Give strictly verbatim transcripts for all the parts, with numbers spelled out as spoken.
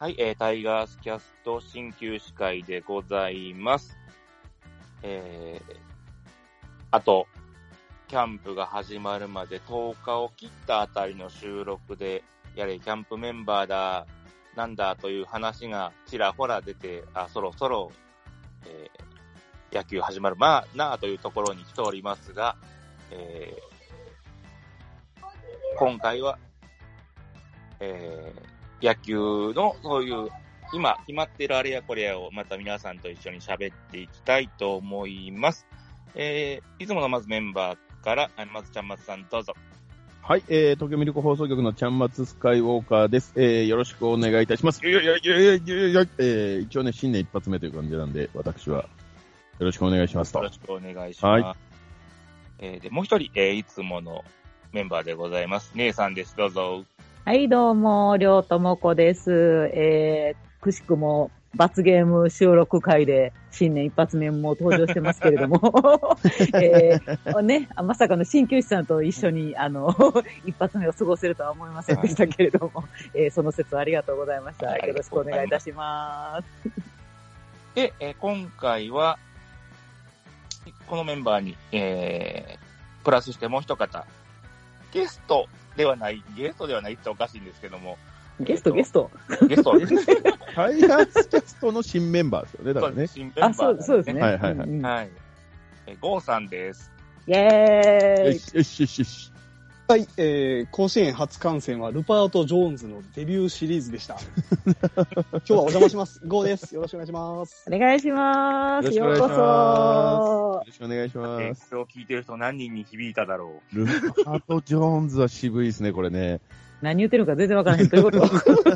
はい、えー、タイガースキャスト鍼灸師会でございます。えー、あと、キャンプが始まるまでとおかを切ったあたりの収録で、やれ、キャンプメンバーだ、なんだという話がちらほら出て、あ、そろそろ、えー、野球始まるまあなあというところに来ておりますが、えー、今回は、えー、野球のそういう今決まっているあれやこれやをまた皆さんと一緒に喋っていきたいと思います。えー、いつものまずメンバーから、まずちゃんまつさんどうぞ。 はい、えー、東京ミルク放送局のちゃんまつスカイウォーカーです。えー、よろしくお願いいたします。いやいやいやいやいやいや、えー、一応ね、新年一発目という感じなんで、私は、よろしくお願いしますと。 よろしくお願いします。はい、えー、で、もう一人、えー、いつものメンバーでございます。姉さんです。どうぞ。 はい、どうも、りょうともこです。えー、くしくも、罰ゲーム収録会で新年一発目も登場してますけれども、えー、ね、まさかの鍼灸師さんと一緒に、あの、一発目を過ごせるとは思いませんでしたけれども、はい、えー、その説はありがとうございました。よろしくお願いいたします。 で、えー、今回は、このメンバーに、えー、プラスしてもう一方、ゲストではない、ゲストではないっておかしいんですけども、 ゲスト、ゲスト。 ゲスト。 タイガースキャストの新メンバーですよね、だからね。 新メンバー、ね。 あ、そう、そうですね。 はいはいはい。 うんうん、 はい。え、ゴーさんです。 イェーイ。 よしよしよしよし。 はい、えー、甲子園初観戦はルパート・ジョーンズのデビューシリーズでした。今日はお邪魔します。ゴーです。よろしくお願いします。 お願いします。ようこそ。 よろしくお願いします。 今日聞いてる人何人に響いただろう。ルパート・ジョーンズは渋いですね、これね。 何言ってるのか全然わからへん。どういうこと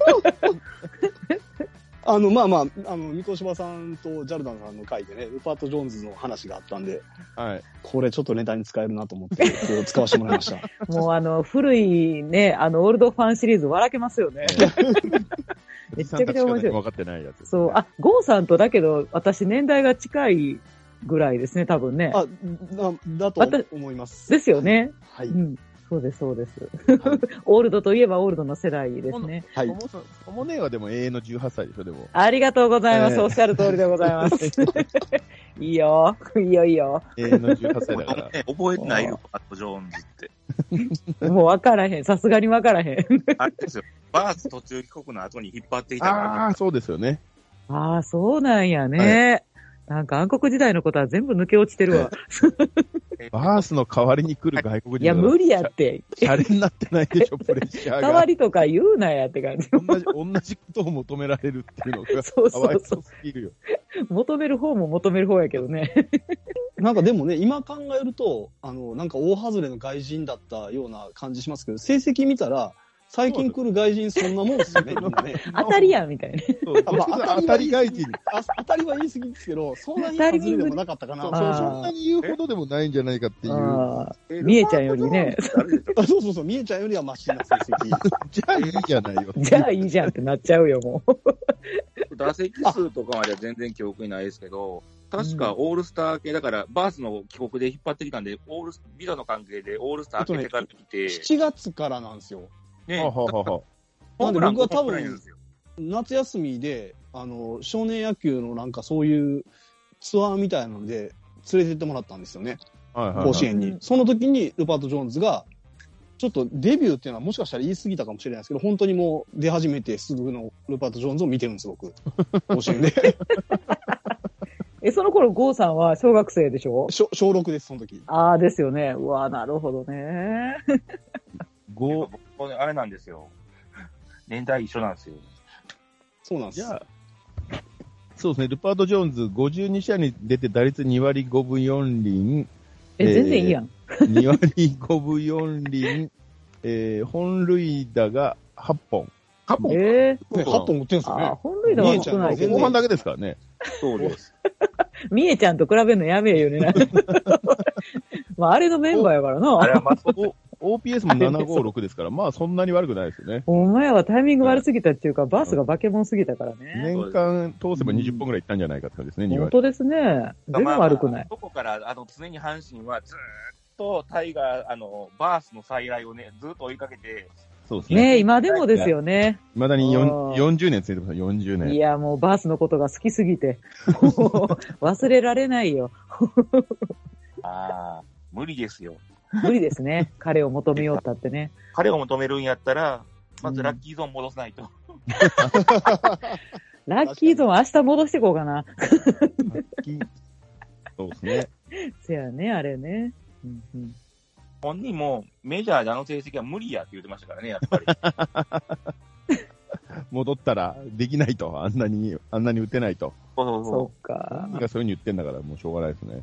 あの、まあまあ、あの、三越島さんとジャルダンさんの回でね、ルパート・ジョーンズの話があったんで、はい。これちょっとネタに使えるなと思って、今日使わせてもらいました。 もうあの、古いね、あの、オールドファンシリーズ笑けますよね。めちゃくちゃ面白い。 分かってないやつ、ね。 そう、あ、ゴーさんとだけど、私年代が近いぐらいですね、多分ね。 あ、だ、だと思います。 ですよね。 はい。 うんそうです、そうです。はい、オールドといえばオールドの世代ですね。 はい。おもねえはでも永遠のじゅうはっさいでしょ、でも。 ありがとうございます。えー、おっしゃる通りでございます。いいよ。いいよ、いいよ。 永遠のじゅうはっさいだから。 覚えてないよ、パット・ジョーンズって。もう分からへん。さすがに分からへん。 あれですよ。バース途中帰国の後に引っ張ってきたから。 ああ、そうですよね。 ああ、そうなんやね。はいなんか暗黒時代のことは全部抜け落ちてるわ。 バースの代わりに来る外国人いや、無理やって。 シャレになってないでしょ、プレッシャーが。 代わりとか言うなやって感じ。 同じ、同じことを求められるっていうのが、 そうそうそう。かわいそうすぎるよ。 求める方も求める方やけどね。 なんかでもね、今考えると、あの、なんか大外れの外人だったような感じしますけど、成績見たら、最近来る外人そんなもんですよね、みんなね。 当たりやん、みたいな。 まあ、当たり外人。 当たりは言い過ぎですけど、そんなに外れでもなかったかな。 そうそうそんなに言うほどでもないんじゃないかっていう。 みえちゃんよりね。 そうそうそう、みえちゃんよりはマシな成績。 じゃあいいじゃないよ。 じゃあいいじゃんってなっちゃうよ、もう。打席数とかまでは全然記憶にないですけど、確かオールスター系、だからバースの帰国で引っ張ってきたんで、オールビザの関係でオールスター開けてから来て。 しちがつからなんですよ。 ね、 はははなんで僕は多分、夏休みで、あの、少年野球のなんかそういうツアーみたいなので連れてってもらったんですよね。 はいはいはい、 甲子園に。その時にルパート・ジョーンズが、ちょっとデビューっていうのはもしかしたら言い過ぎたかもしれないですけど、本当にもう出始めてすぐのルパート・ジョーンズを見てるんです、僕。甲子園で。 え、その頃、ゴーさんは小学生でしょ？ 小、小ろくです、その時。 ああ、ですよね。うわなるほどね。 ゴー、あれなんですよ。年代一緒なんですよ。 そうなんです。 じゃあ、そうですね、ルパート・ジョーンズ、ごじゅうに試合に出て打率にわりごぶよんりん。 え、えー、全然いいやん。 にわりごぶよんりん、えー、本塁打がはっぽん。 はっぽんえー、ね、はっぽん打ってんすよね。 あ、本塁打は少ないけど。 後半だけですからね。 そうです。 みえちゃんと比べるのやめえよね。まあ、あれのメンバーやからな。 あれはまあ、オーピーエス もななごろくですから、まあそんなに悪くないですよね。 お前はタイミング悪すぎたっていうか、バースが化け物すぎたからね。 年間通せばにじゅっぽんぐらいいったんじゃないかって感じですね、にわり。 本当ですね。全然悪くない。 どこから、あの、常に阪神はずーっとタイガー、あの、バースの再来をね、ずっと追いかけて、 そうですね。 ねえ、今でもですよね。 未だによんあーよんじゅうねんついてますよ、よんじゅうねん。 いや、もうバースのことが好きすぎて、もう忘れられないよ。 ああ、無理ですよ。 無理ですね。彼を求めようったってね。 彼を求めるんやったら、まずラッキーゾーン戻さないと。 ラッキーゾーン明日戻していこうかな。 そうですね。 せやね、あれね。うんうん、 本人もメジャーであの成績は無理やって言ってましたからね、やっぱり。 戻ったらできないと。あんなに、あんなに打てないと。 そうそうそそうか本。人がそういう風に言ってんだから、もうしょうがないですね。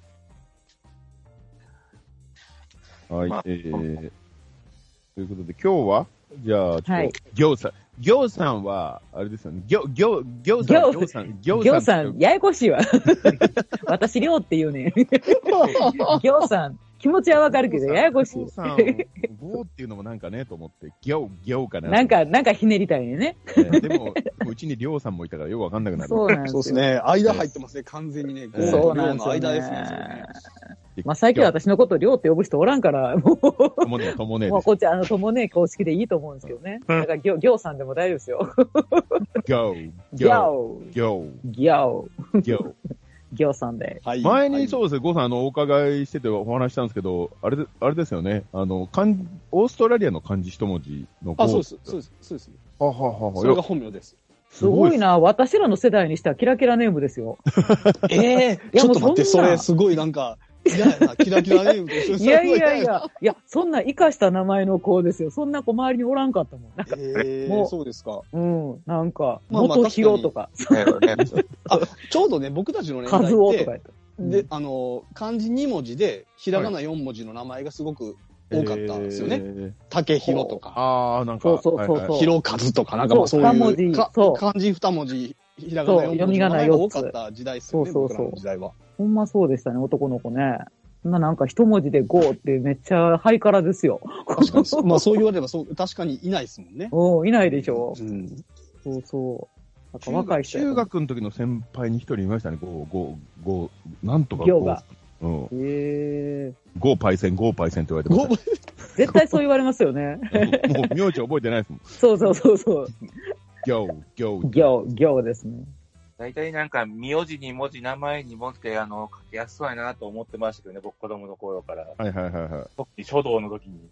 はい、 まあえー、ということで、今日は、じゃあ、ちょっと、 はいギョウさん。ギョウさんは、あれですよね。ギョ、ギョ、ギョウさん。 ギョウギョウさん。ギギョウさん、ややこしいわ。私、りょうって言うねん。ギョウさん、気持ちはわかるけど、ややこしいギョウ。さん、ゴーっていうのもなんかね、と思って、ギョウ、ギョウかな。 なんか、なんかひねりたいね。 えーでも、でもうちにりょうさんもいたからよくわかんなくなる。 そうなんですよ。 そうですね。間入ってますね、完全にね。ゴーそと量のうなんですよ間ですね、それね。 ね。まあ、最近は私のこと、りょうって呼ぶ人おらんから、もう、 ともね、ともねもうです。 こっち、あの、ともね、公式でいいと思うんですけどね。だから、ぎょ、ぎょうさんでも大丈夫ですよ。 ギョウ、 ギャオ、 ギョウ、 ギャオ、 ギョウ。 ぎょうさんで。 はい。 前にう。 そうですね、ゴーさん、あの、お伺いしててお話したんですけど、あれで、あれですよね、あの、漢オーストラリアの漢字一文字のゴー。 あ、そうです。そうです。そうです。 ははははそれが本名です。 すごいな。私らの世代にしてはキラキラネームですよ。 ええいやちょっと待って、 もうそんなそれすごいなんか、嫌やな、キラキラネームと一緒にいやいやい。や、いや、そんな活かした名前の子ですよ。そんな子周りにおらんかったもん。なんか、 えもうえそうですか。 うん、なんか、 まあまあ元広とか、 ねねあ、ちょうどね、僕たちの年代和夫って、 とか言った。 で、あの、漢字に文字で、ひらがなよん文字の名前がすごく多かったんですよね。 ね。 竹広とか、 ああ、なんか。 そうそうそうそうはいはい広和とか、なんかまあそうそう二文字いうかそう漢字二文字、ひらがなよん文字の名前が多かった時代ですよね、 そうそうそう僕らの時代は。 ほんまそうでしたね、男の子ね。そんななんか一文字でゴーってめっちゃハイカラですよ。 確かに。まあそう言われればそう、確かにいないですもんね。 うん、いないでしょ。 うん。 そうそう。なんか中若い人や中学の時の先輩に一人いましたね、ゴー、ゴー、ゴー、なんとかゴー行が。 うん。 へえ。 ゴーパイセン、ゴーパイセンって言われてまごした。 絶対そう言われますよね。 もう名字覚えてないですもん。 そうそうそうそう。 ギョー、ギョー。 行、行ですね。 大体なんか、名字に文字、名前に文字って、あの、書きやすそうやなと思ってましたけどね、僕子供の頃から。 はいはいはいはい。 特に書道の時に。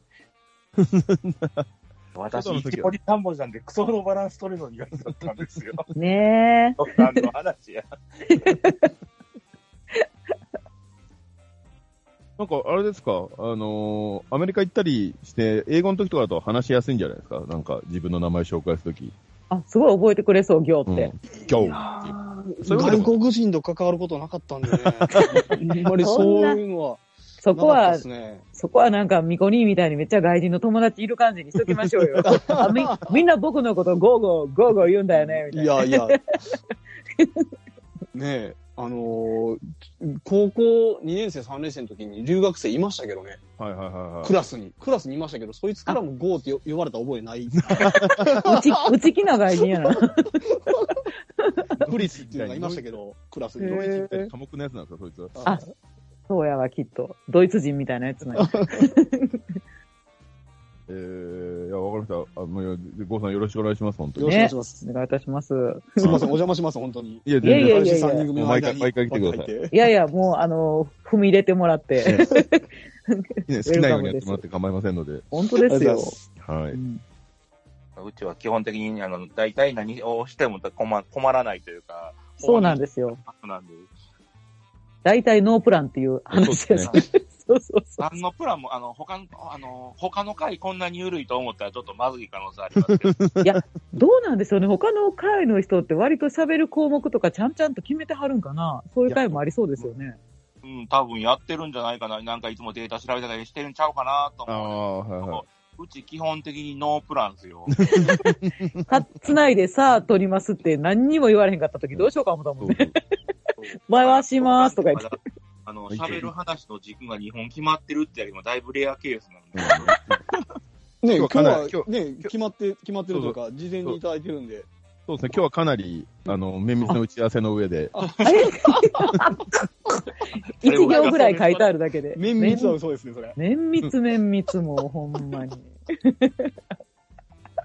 私、 書道の時は一文字三文字なんで、クソのバランス取るの苦手だったんですよ。 ねえ。 何の話や。 なんか、あれですか、あのー、アメリカ行ったりして、英語の時とかだと話しやすいんじゃないですか、なんか自分の名前紹介するとき。 あ、すごい覚えてくれそう、行っうん。 て。 ギョいーっていう。 やそういうことでも外国人と関わることなかったんでね。あんまりそういうのはそこはなかったで、すね。 そこはなんか、ミコニーみたいにめっちゃ外人の友達いる感じにしときましょうよ。あみみんな僕のことゴーゴー、ゴーゴー言うんだよね、みたいな。 いやいや。ねえ、あのー高校にねん生、さんねん生の時に留学生いましたけどね。 はいはいはいはい。 クラスに。クラスにいましたけど、そいつからもゴーってよ呼ばれた覚えない。 うち、うちきな外人やな。 クリスっていうのがいましたけど、クラスに。 へーえ寡黙なやつなんですか、そいつは。 あそうやわ、きっと。ドイツ人みたいなやつなんや。 えー、いや、わかりました。あ、もう、ゴーさんよろしくお願いします、本当に。 よろしくお願いします。 お願いいたします。 すみません、お邪魔します、本当に。 いや、 いやいやいやいやさんにん組の間に毎回毎回来てください入っていやいや、もう、あの、踏み入れてもらって。 ね、好きなようにやってもらって構いませんので。 本当ですよ。 はい。 うんうちは基本的に、あの、大体何をしても困困らないというか。 そうなんですよ。 そうなんで。 大体ノープランっていう話です。 そうでそうそうそう。 何のプランも、あの、他の、あの、他の回こんなに緩いと思ったらちょっとまずい可能性ありますけど。 どうなんでしょうね。他の会の人って割と喋る項目とかちゃんちゃんと決めてはるんかな。そういう会もありそうですよね。 うん、多分やってるんじゃないかな。なんかいつもデータ調べたりしてるんちゃうかなとあ思う。 あ、はいはい。 うち基本的にノープランですよ。 か、つないでさあ取りますって何にも言われへんかった時どうしようか思ったもんね。回しますとか言って。 あの、喋る話の軸がにほん決まってるってやりもだいぶレアケースなんで。 ね、今日今日はかなりは、ね、決まって、決まってるというか、事前にいただいてるんで。 そうですね、今日はかなり、あの、綿密な打ち合わせの上で。 いち行ぐらい書いてあるだけで。 綿密は嘘ですね、それ。 綿密綿密もうほんまに。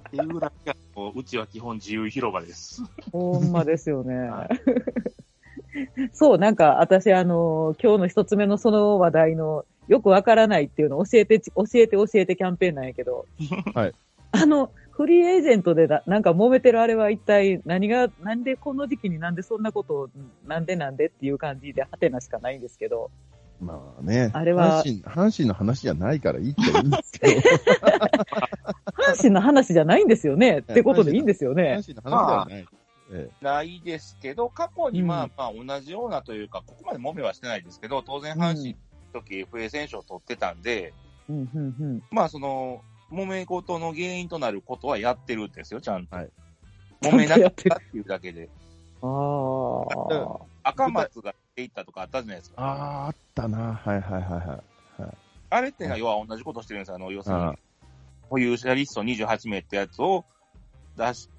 っていうぐらいが、うちは基本自由広場です。 ほんまですよね。 はい、 そう、なんか私、あの、今日の一つ目のその話題の、よくわからないっていうのを教えて、教えて教えてキャンペーンなんやけど、 はい。 あの、フリーエージェントでだなんか揉めてるあれは一体何が、なんでこの時期になんでそんなことを、なんでなんでっていう感じでハテナしかないんですけど。 まあね、 あれは阪神、阪神の話じゃないからいいっていいんですけど。 阪神の話じゃないんですよねってことでいいんですよね。 阪神の話ではない。まあええ、ないですけど、過去にまあ、 うん、 まあ同じようなというか、ここまで揉めはしてないですけど、当然阪神の時 エフエー 選手を取ってたんで、 うんうんうん、 まあその、揉め事の原因となることはやってるんですよ、ちゃんと。はい、 揉めなかったっていうだけで。 ああ。 赤松が出ていったとかあったじゃないですか。 ああ、あったな。はいはいはいはい。はい、 あれっていうのは要は同じことしてるんですよ。あの、要するに、保有者リストにじゅうはちめいってやつを出して、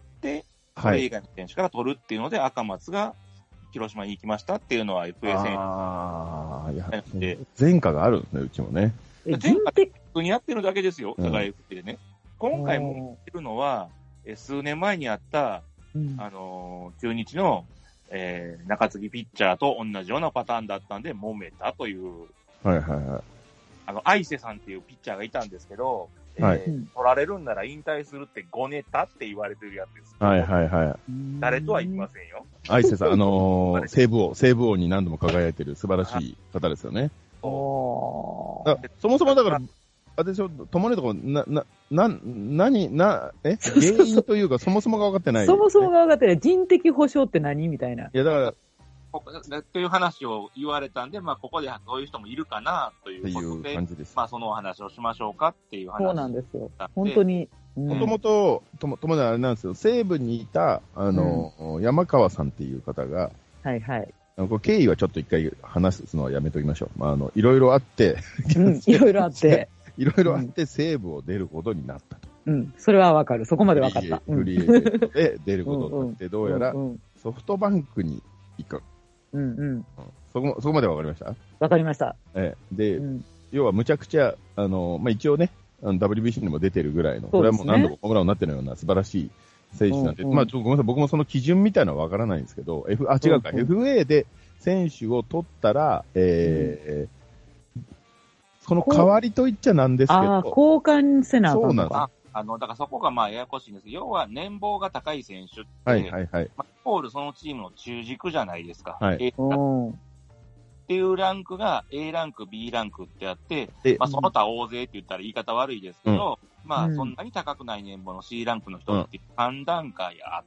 それ以外の選手から取るっていうので、赤松が広島に行きましたっていうのは エフエー 選手。 ああ、いや、前科があるんですね、うちもね。 前科で普通にやってるだけですよ、だから エフエー でね。今回も言ってるのは、え数年前にあった、うん、あのー、中日の、えー、中継ぎピッチャーと同じようなパターンだったんで、揉めたという。 はいはいはい。 あの、愛瀬さんっていうピッチャーがいたんですけど、 はい、 えー、取られるんなら引退するってごネタって言われてるやつです。 はいはいはい。 誰とは言いませんよ。 愛瀬さん、あのー、西武王、西武王に何度も輝いてる素晴らしい方ですよね。 おーそもそもだから、私は、ともねとこ、な、な、な、なに、な、え原因というか、そもそもが分かってない、ね。 そもそもが分かってない。人的保障って何みたいな。いや、だから、 という話を言われたんで、まあ、ここでそういう人もいるかな、ということで、 いう感じです。 まあ、そのお話をしましょうかっていう話。 そうなんですよ。本当に。 もともと、とも、ともねあれなんですよ、西部にいた、あの、うん、山川さんっていう方が、 はいはい。 これ経緯はちょっと一回話すのはやめときましょう。まあ、あの、いろいろあって、 うん、いろいろあって。 いろいろあって、西部を出ることになったと。 うん、それはわかる。そこまでわかった。 フリーエージェントで出ることになって、どうやらソフトバンクに行く。 うんうん。 そこ、そこまでわかりました？ わかりました。 ええ。で、うん、要はむちゃくちゃ、あの、まあ、一応ね、あの ダブリュービーシー にも出てるぐらいの、これはもう何度もホームランになってるような素晴らしい選手なんで、うんうん、まあ、ちょっとごめんなさい、僕もその基準みたいなのはわからないんですけど、F、あ、違うか、うんうん、エフエー で選手を取ったら、えー、うんその代わりと言っちゃなんですけど。 ああ、交換せなあかんのか。 そうなんです。 ああの、だからそこがまあややこしいんですけど、要は年俸が高い選手って、 はいはいはい。 まあ、イコールそのチームの中軸じゃないですか。 はい。 っていうランクが A ランク、B ランクってあって、まあその他大勢って言ったら言い方悪いですけど、うん、まあそんなに高くない年俸の C ランクの人ってさん段階あって、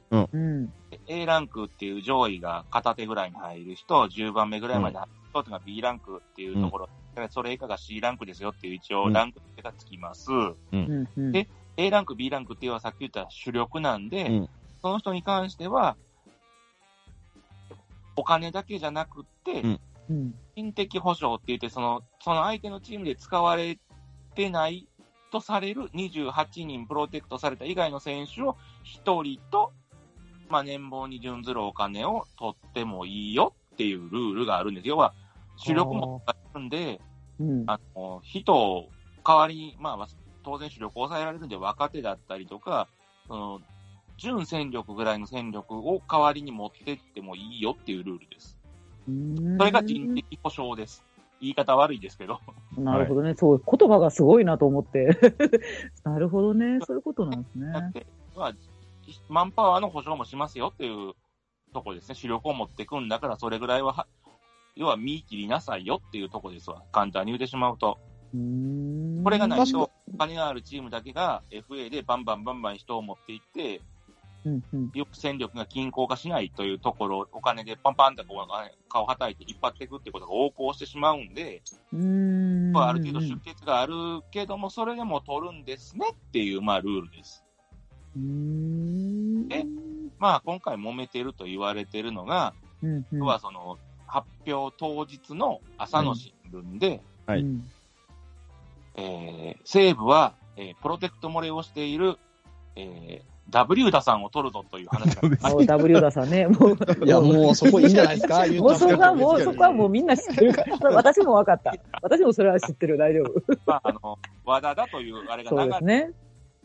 うん、 A ランクっていう上位が片手ぐらいに入る人、じゅうばんめぐらいまで入る人っていうのが B ランクっていうところ、うんそれ以下が C ランクですよっていう一応ランクがつきます。 うんうん、で、A ランク、B ランクっていうのはさっき言った主力なんで、うん、その人に関しては、お金だけじゃなくって、 うん、 人的保障って言って、その、その相手のチームで使われてないとされるにじゅうはちにんプロテクトされた以外の選手をひとりと、まあ、年俸に準ずるお金を取ってもいいよっていうルールがあるんですよ。要は、主力も使えるんで、 うん、 あの、人を代わりに、まあ、当然主力を抑えられるんで、若手だったりとか、その、準戦力ぐらいの戦力を代わりに持ってってもいいよっていうルールです。それが人的保障です。言い方悪いですけど。 なるほどね。はい、そう、言葉がすごいなと思って。なるほどね。そういうことなんですね。 だって、まあ、マンパワーの保障もしますよっていうところですね。主力を持っていくんだから、それぐらいは、要は見切りなさいよっていうところですわ。簡単に言ってしまうと。 うーんこれがないと、お金があるチームだけが エフエー でバンバンバンバン人を持っていって、 うんうん、 よく戦力が均衡化しないというところ、お金でパンパンってこう顔はたいて引っ張っていくってことが横行してしまうんで、 うーんある程度出血があるけども、それでも取るんですねっていう、まあ、ルールです。 うーんで、まあ、今回揉めてると言われてるのが、 うんうん、 はその発表当日の朝の新聞で、 はい、 えー、西武は、えー、プロテクト漏れをしている、えー、W 田さんを取るぞという話がある。W 田さんね。もういや、もうそこいいんじゃないですか。 もうそこはもう、そこはもうみんな知ってるから。私も分かった。私もそれは知ってる。大丈夫。 まあ、あの、和田だというあれが流れそうですね。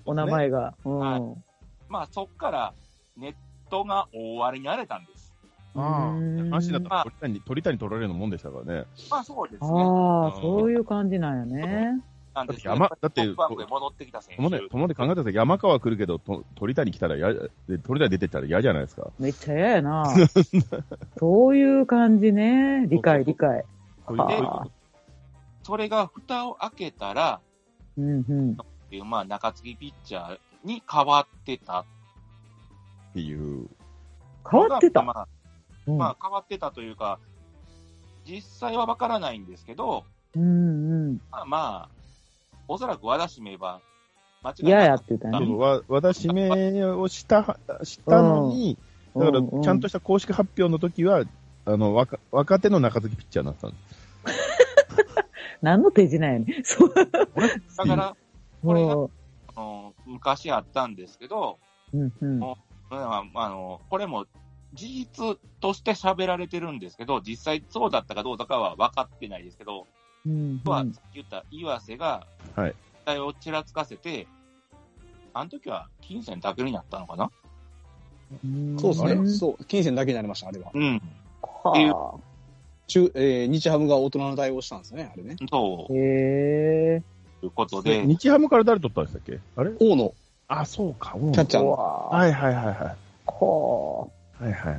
お名前が。うんはいまあ、そっからネットが大荒れに荒れたんです。 ああ、 うん阪神だったら鳥谷に、鳥谷取られるのもんでしたからね。 まあ、そうですね。 ああ、そういう感じなんやね。 なんですけど山だってトップバンクへ戻ってきた選手。 ともで、ともで考えたら山川来るけど、と鳥谷来たらや、で鳥谷出てったら嫌じゃないですか。 めっちゃ嫌やな。そういう感じね。理解、理解。 そういうはあそれが蓋を開けたら、 うんうん。 っていう、まあ、中継ぎピッチャーに変わってた。 っていう。 変わってた。 まあ、 うんまあ、変わってたというか、実際はわからないんですけど、 うんうん。 まあ、まあ、おそらく和田氏名は間違い嫌ない。 やって言ったね。 そうわ、私名をした、したのに、だから、ちゃんとした公式発表の時は、あの、若、若手の中継ぎピッチャーになったんです。 何の手品やねん。そう。 だから、これが、 もあの昔あったんですけど、 う、うんうん。 もうあのこれも事実として喋られてるんですけど、実際そうだったかどうだかは分かってないですけど、 うんはさっき言った岩瀬が、 はい。 期待をちらつかせて、あの時は金銭だけになったのかな。 うんそうですね。 んそう。金銭だけになりました、あれは。 うん。 は中、えー、日ハムが大人の対応したんですね、あれね。 そあ。へえ。 ういうことで、 で、 日ハムから誰取ったんでしたっけあれ大野、 あ、そうか。キキャッチャーの。 わあ。 はいはいはいはい。 ははいはい。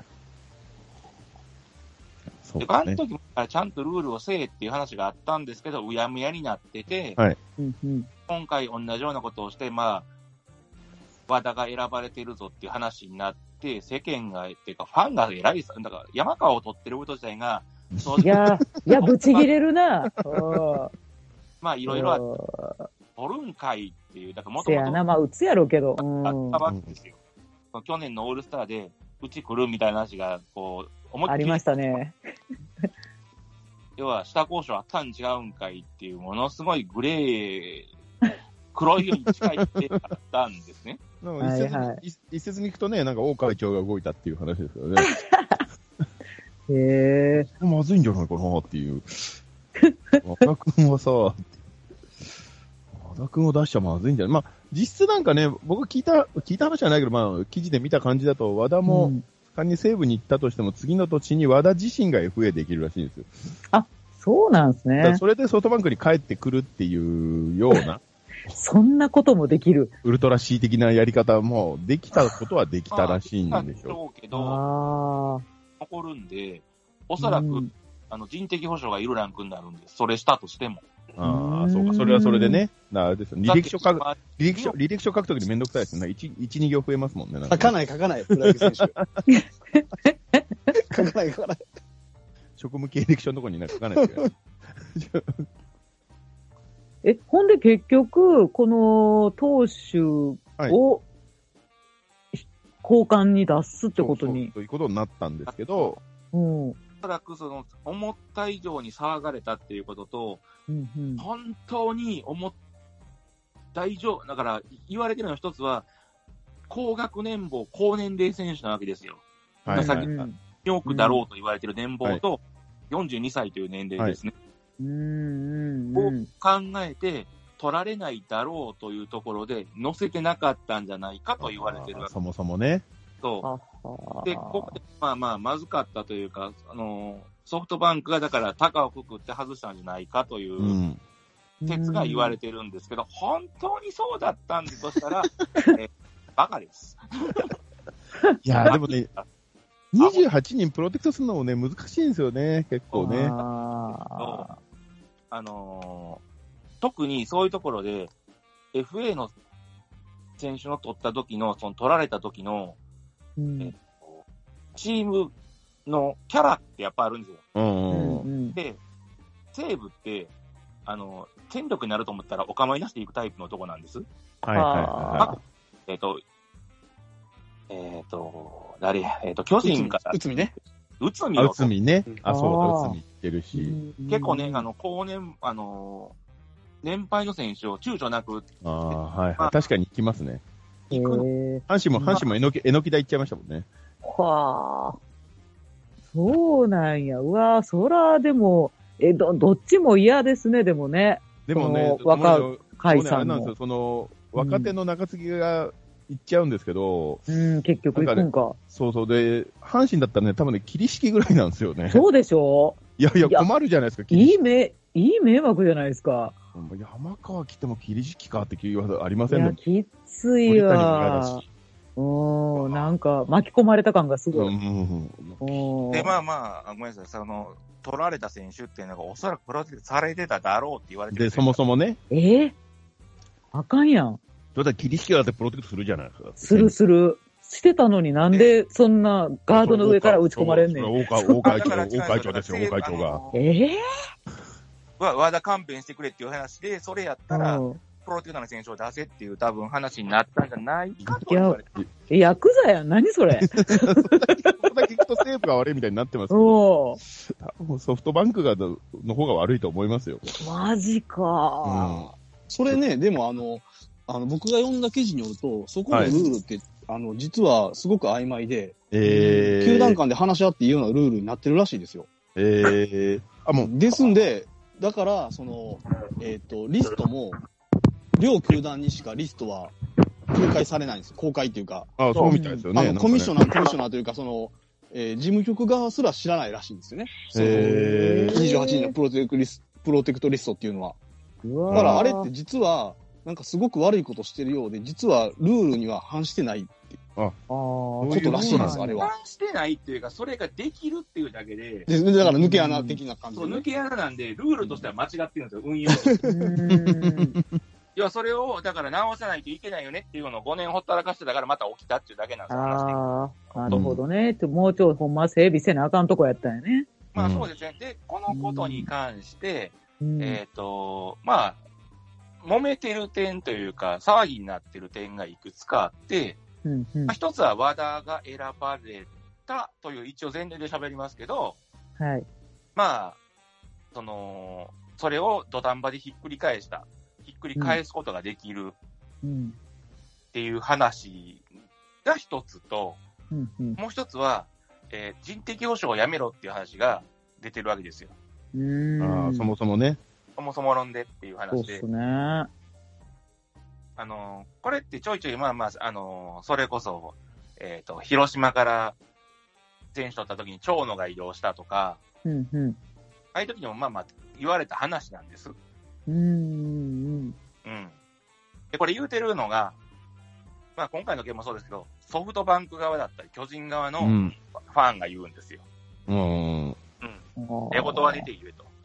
そうでかね。 あの時もちゃんとルールをせえっていう話があったんですけど、うやむやになってて、 はい。 あ。うんうん。 今回同じようなことをして、まあ、和田が選ばれてるぞっていう話になって、世間が、っていうか、ファンが偉いさ、だから山川を取ってること自体が、正直いや、いや、ぶち切れるな。うんまあ、いろいろあって、取るんかいっていう、だからもともとせやな、まあ、打つやろうけど。うあんったわけですよ。その去年のオールスターで、うち来るみたいな話が、こう、思いっきりありましたね。 要は、下交渉あったん違うんかいっていう、ものすごいグレー、黒い色に近いってあったんですね。 なんか一説に、 はいはい一一説に行くとね、なんか大会長が動いたっていう話ですよね。 へえ。 まずいんじゃないかなっていう。和田君はさ、和田君を出しちゃまずいんじゃないまあ、実質なんかね、僕聞いた、聞いた話じゃないけど、まあ、記事で見た感じだと、和田も、 うん仮に西武に行ったとしても、次の土地に和田自身が エフエー できるらしいんですよ。 そうなんですね。 だからそれでソフトバンクに帰ってくるっていうような、 そんなこともできる。 ウルトラ C 的なやり方も、できたことはできたらしいんまあでしょそうけど、 ああ。 残るんで、おそらく、 うんあの人的保障がいるランクになるんです。それしたとしても。 う。ああ、 うんそうか、それはそれでね。なあれですよ。履歴書書く、 だって履歴書、履歴書書くときにめんどくさいですよね。一、一、二行増えますもんね。なんか書かない書かない、プロ野球選手。書かない書かない。 職務経歴書のとこになんか書かないですよ。 え、ほんで結局、この投手はいを、交換に出すってことに。 そうそうということになったんですけど、 うん。 おそらくその、思った以上に騒がれたっていうことと、 うんうん。 本当に思っ、大丈夫、だから言われてるの一つは、高学年俸、高年齢選手なわけですよ。 はいさっきはいはい。 よくだろうと言われてる年俸と、よんじゅうにさいという年齢ですね。 うんうんをうん。 考えて、取られないだろうというところで、載せてなかったんじゃないかと言われてるわけそもそもね。 と、 あはで、ここで、まあまあ、まずかったというか、あの、ソフトバンクがだから、高をくくって外したんじゃないかといううん説が言われてるんですけど、本当にそうだったんだとしたら、えバカです。 いや、でもね、にじゅうはちにんプロテクトするのもね、難しいんですよね、結構ね。 ああのー特にそういうところで、エフエー の選手の取った時の、その取られた時の、 ーうんえチームのキャラってやっぱあるんですよ。 うんううん。 んで、西武って、あの、戦力になると思ったらお構いなしでいくタイプのとこなんです。 はいはいはえっ、と、えっ、と、誰えっ、と、巨人から、 内海ね。 い。 内海をあ、内海ねうん。 あ、そうだ、 あー内海行ってるし。 うん結構ね、あの、後年、あの、年配の選手を躊躇なくああ、はいはい。確かに行きますね。 へ行くの。 ー阪神も、阪神もえのき、えのき台行っちゃいましたもんね。 はあ。そうなんや。うわそら、でも、え、ど、どっちも嫌ですね、でもね。 でもね、 その若もう甲斐もうねさんもあれなんですよ、その、 若手の中継ぎが行っちゃうんですけど、 うん、結局行くんか。 そうそう。で、阪神だったらね、多分ね、桐敷ぐらいなんですよね。 そうでしょいやいや、 いや困るじゃないですか、 いいめ、いい迷惑じゃないですか。 山川来ても桐敷かっていう技ありませいや、 んね。 きついわ。 鳥谷も嫌だし。 うん、なんか巻き込まれた感がすごい。 うんうんで、まあまあ、ごめんなさい、その、取られた選手っていうのがおそらくプロテクトされてただろうって言われてる。 で、そもそもね、 えー、あかんやん。 だって桐敷だってプロテクトするじゃないですか。 するする。してたのになんでそんなガードの上から打ち込まれんねん。 大会大会長、大会長ですよ、大会長が。 ええわ、和田勘弁してくれっていう話で、それやったら、 ー、 プロテクターの選手を出せっていう多分話になったんじゃないかと言われて。 ヤクザやん。何それ。 そこだけ聞くと西武が悪いみたいになってますけど、 おー多分ソフトバンクがの方が悪いと思いますよ。 マジか、 それね、でもあの、あの、僕が読んだ記事によると、そこのルールって、はい、あの、実はすごく曖昧で、 えー、 球団間で話し合っていいようなルールになってるらしいですよ。 えー、あ、もう。 ですんで、だから、その、えっと、リストも、両球団にしかリストは公開されないんですよ。公開っていうか。 あ、そうみたいですよね。 あの、コミッショナー、コミッショナーというか、その、えー、事務局側すら知らないらしいんですよね。 へー。 にじゅうはちにんのプロテクトリスト、プロテクトリストっていうのは。 うわだからあれって実は、なんかすごく悪いことしてるようで、実はルールには反してないってあ、 ことらしいんです、あれは。 反してないっていうか、それができるっていうだけで。 で、だから抜け穴的な感じで、 そう、 ね。 抜け穴なんで、ルールとしては間違ってるんですよ、運用として。要はそれを、だから直さないといけないよねっていうのをごねんほったらかしてたからまた起きたっていうだけなんですよ、 ああ、なるほどね。うん、もうちょいほんま整備せなあかんとこやったんやね。 まあそうですね。で、このことに関して、 うん、 えっ、ー、と、まあ、揉めてる点というか、騒ぎになってる点がいくつかあって、 うんうん、 まあ、一つは和田が選ばれたという一応前提で喋りますけど、 はい。 まあ、その、それを土壇場でひっくり返した。ひっくり返すことができるっていう話が一つと、 うんうん、 もう一つは、えー、人的保障をやめろっていう話が出てるわけですよ。 うーん、 あ、そもそもね。 そもそも論でっていう話で。 そうですね。 あの、これってちょいちょい、まあまあ、あの、それこそ、えっ、ー、と、広島から選手取った時に長野が移動したとか、 うんうん、 ああいう時にもまあまあ言われた話なんです。 うーん。 うん。で、これ言うてるのが、まあ今回の件もそうですけど、ソフトバンク側だったり、巨人側のファンが言うんですよ。 うん。うん。 寝言は出て言えと。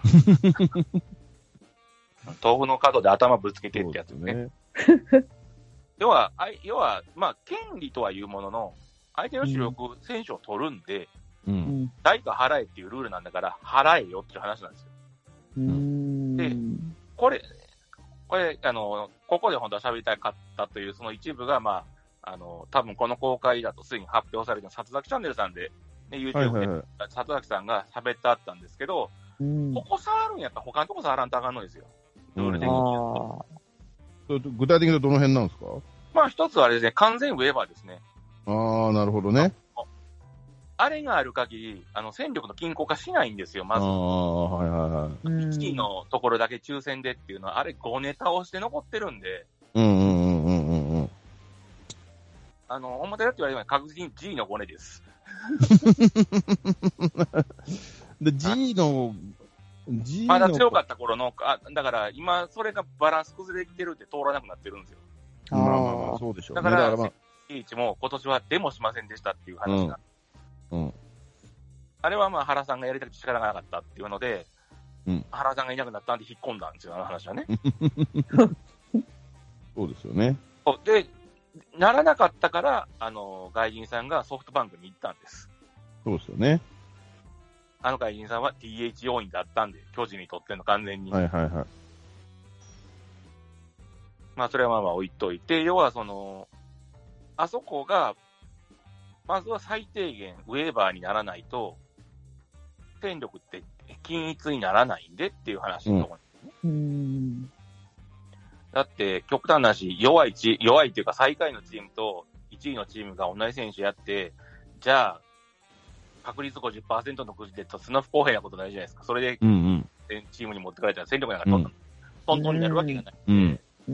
豆腐の角で頭ぶつけてってやつね。ね要は、要は、まあ、権利とはいうものの、相手の主力選手を取るんで、 うん、 代価払えっていうルールなんだから、払えよっていう話なんですよ。 うーんで、これ、これ、あの、ここで本当は喋りたかったというその一部が、まあ、あの、多分この公開だとすでに発表された里崎チャンネルさんで、ね、YouTube で、はいはいはい、里崎さんが喋ってあったんですけど、うん、ここ触るんやったら他のとこ触らんとあかんのですよ。ルール的に。 うん、具体的にどの辺なんですか？ まあ一つはあれですね、完全ウェーバーですね。 ああ、なるほどね。 あれがある限り、あの、戦力の均衡化しないんですよ、まず。 ああ、はいはいはい。 いちいのところだけ抽選でっていうのは、あれごネタをして残ってるんで。 うんうんうんうんうん。 あの、表だって言われるように確実に G のごねです。 で、G の、G の。 まだ強かった頃の、あ、だから今、それがバランス崩れてきてるって通らなくなってるんですよ。 まあまあまあ、そうでしょうね。 だから、まあ、H も今年はデモしませんでしたっていう話が。 うん。うん、 あれはまあ原さんがやりたくて仕方がなかったっていうので、うん、原さんがいなくなったんで引っ込んだんですよ、あの話はね。 そうですよね。 で、ならなかったから、あの、外人さんがソフトバンクに行ったんです。 そうですよね。 あの外人さんは ディーエイチ 要員だったんで、巨人にとっての完全に。 はいはいはい。 まあ、それはまあまあ置いといて、要はその、あそこが、まずは最低限ウェーバーにならないと、戦力って均一にならないんでっていう話のところですね。 うん、 だって、極端な話、弱いチ、弱いっていうか最下位のチームといちいのチームが同じ選手やって、じゃあ、確率 ごじゅっパーセント のくじで、そんな不公平なことないじゃないですか。それで、チームに持ってかれたら戦力なんかトントンになるわけがない。 うんうん、 うん。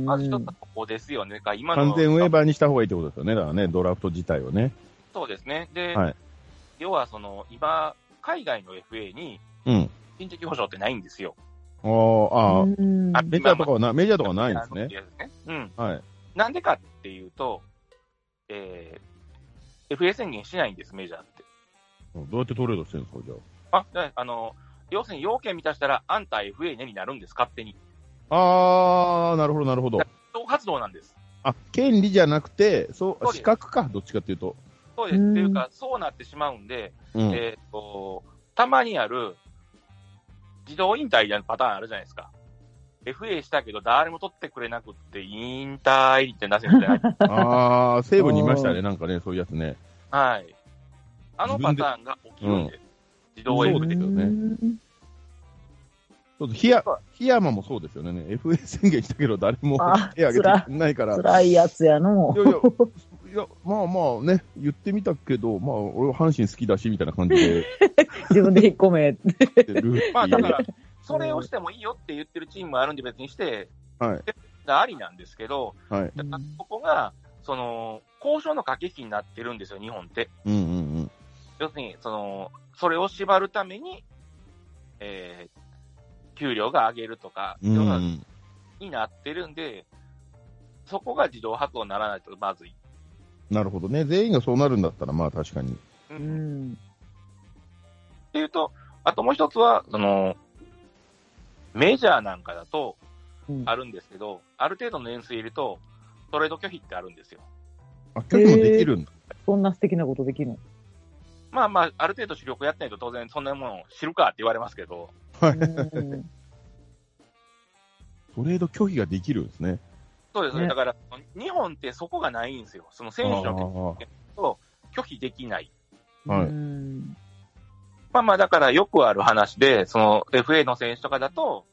まず一つはここですよね。今の完全ウェーバーにした方がいいってことですよね。だからね、ドラフト自体をね。 そうですね。で、 はい、 要はその、今、海外の エフエー に、新的保障ってないんですよ。 うん、ああ、メジャーとかはな、メジャーとかはないんですね。 うん。 はい。 なんでかっていうと、えー、エフエー 宣言しないんです、メジャーって。 どうやってトレードしてるんですか、じゃあ。あ、あの、要するに要件満たしたら、あんた エフエー ねになるんです、勝手に。 あー、なるほど、なるほど。 活動なんです。 あ、権利じゃなくて、そう、資格か、どっちかっていうと。 そうです。っていうか、そうなってしまうんで、うん、えっと、たまにある、自動引退みたいなパターンあるじゃないですか。エフエー したけど、誰も取ってくれなくって、引退ってなせるじゃないですか。 あー、西武にいましたね、なんかね、そういうやつね。 はい。あのパターンが起きるんです。自動 エフエーですよね。そうです。檜山もそうですよね。エフエー 宣言したけど、誰も手挙げてくれないから。 辛いやつやの。 いやいや、いや、まあまあね、言ってみたけど、まあ、俺は阪神好きだし、みたいな感じで。 自分で引っ込めって。 まあ、だから、それをしてもいいよって言ってるチームもあるんで別にして、 はい。 ありなんですけど、 はい。 ここが、その、交渉の駆け引きになってるんですよ、日本って。 うんうんうん。 要するに、その、それを縛るために、えー、給料が上げるとか、 うんうん、 になってるんで、そこが自動発動にならないとまずい。 なるほどね。全員がそうなるんだったら、まあ確かに。 うん。っていうと、あともう一つは、その、メジャーなんかだと、あるんですけど、うん、ある程度の年数いると、トレード拒否ってあるんですよ。 あ、拒否もできるんだ。 そんな素敵なことできるの？ まあまあ、ある程度主力やってないと当然そんなものを知るかって言われますけど。 はい。トレード拒否ができるんですね。 そうですね。だから、日本ってそこがないんですよ。その選手の決定を拒否できない。 はい。 まあまあ、だからよくある話で、その エフエー の選手とかだと、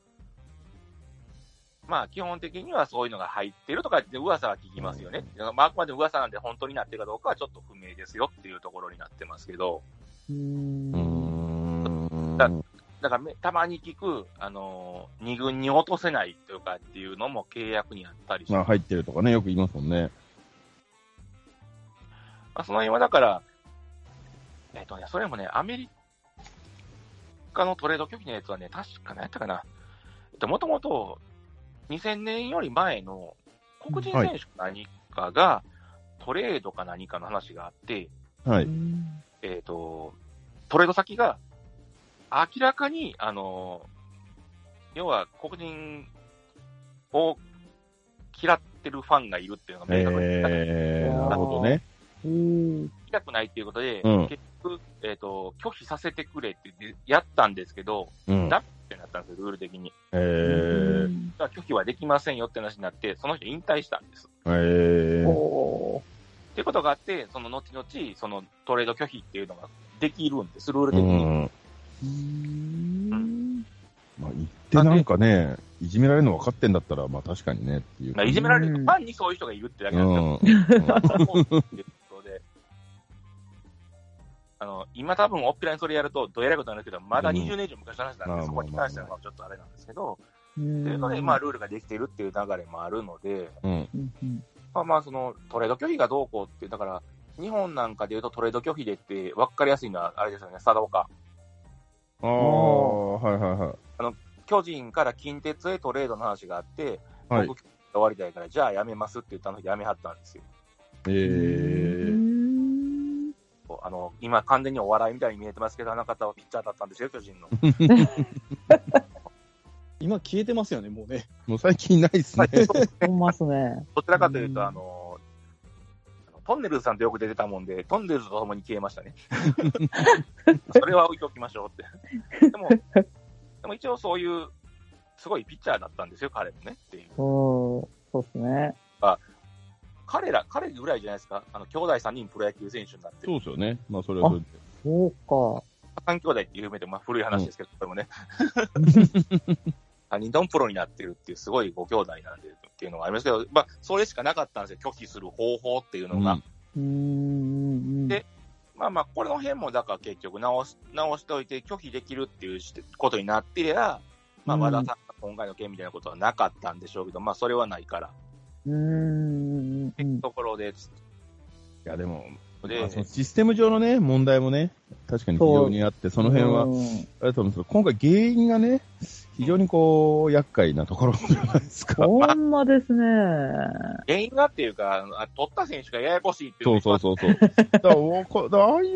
まあ基本的にはそういうのが入ってるとかって噂は聞きますよね。まああくまで噂なんで本当になってるかどうかはちょっと不明ですよっていうところになってますけど。 うーん。 だだからたまに聞く、あのー、二軍に落とせないというかっていうのも契約にあったりして。 まあ入ってるとかね、よく言いますもんね。 まあその辺はだから、えっとね、それもね、アメリカのトレード拒否のやつはね、確か何やったかな。えっと、もともと、にせんねんより前の黒人選手か何かがトレードか何かの話があって、 はい。 えっと、トレード先が明らかに、あの、要は黒人を嫌ってるファンがいるっていうのが明確に、 えー、なるほどね。 行きたくないっていうことで、 うん、 結局、えっと、拒否させてくれってやったんですけど、 うん、 ダメってなったんですよ、ルール的に。 えー、 拒否はできませんよって話になって、その人引退したんです。 えー、 っていうことがあって、その後々、そのトレード拒否っていうのができるんです、ルール的に。うんうーん。 まあ、言ってなんかね、いじめられるの分かってんだったら、まあ確かにねっていう。 まあ、いじめられるファンにそういう人がいるってだけなんですけど、うんあの、今多分、おっぴらにそれやると、どえらいことになるけど、まだにじゅうねん以上昔の話なんで、うん、そこに関してはちょっとあれなんですけど、っていうので、まあ、ルールができているっていう流れもあるので、 うん、 まあまあ、その、トレード拒否がどうこうって、だから、日本なんかで言うとトレード拒否でって分かりやすいのは、あれですよね、佐藤か。 ああ、はいはいはい。 あの、巨人から近鉄へトレードの話があって、 はい、 僕、終わりたいから、じゃあ辞めますって言ったのに辞めはったんですよ。 えー。 あの、今完全にお笑いみたいに見えてますけど、あの方はピッチャーだったんですよ、巨人の。 今消えてますよね、もうね。 もう最近いないっすね。 ほんますね。 どちらかというと、あの、トンネルズさんとよく出てたもんで、トンネルズと共に消えましたね。それは置いておきましょうって。でも、でも一応そういう、すごいピッチャーだったんですよ、彼もねっていう。 そうですね。 あ彼ら、彼ぐらいじゃないですか、あの、兄弟さんにんプロ野球選手になってる。 そうですよね。まあ、それはそれで。 そうか。 三兄弟っていう有名で、まあ、古い話ですけど、これもね。さんにんともプロになってるっていう、すごいご兄弟なんでっていうのがありますけど、まあ、それしかなかったんですよ、拒否する方法っていうのが。 うん、 で、まあまあ、これの辺も、だから結局直し、直しといて拒否できるっていうことになってりゃ、 まあ、和田さんが今回の件みたいなことはなかったんでしょうけど、まあ、それはないから。 うーん。 っていうところで、 いや、でも、 でまあそのシステム上のね、問題もね、確かに非常にあって、その辺は、 うんあれだと思うんですけど、今回原因がね、非常にこう、厄介なところじゃないですか。 ほんまですね。 原因がっていうか、あ取った選手がややこしいっていそうそうそうそう。だからおこ、だからああいう、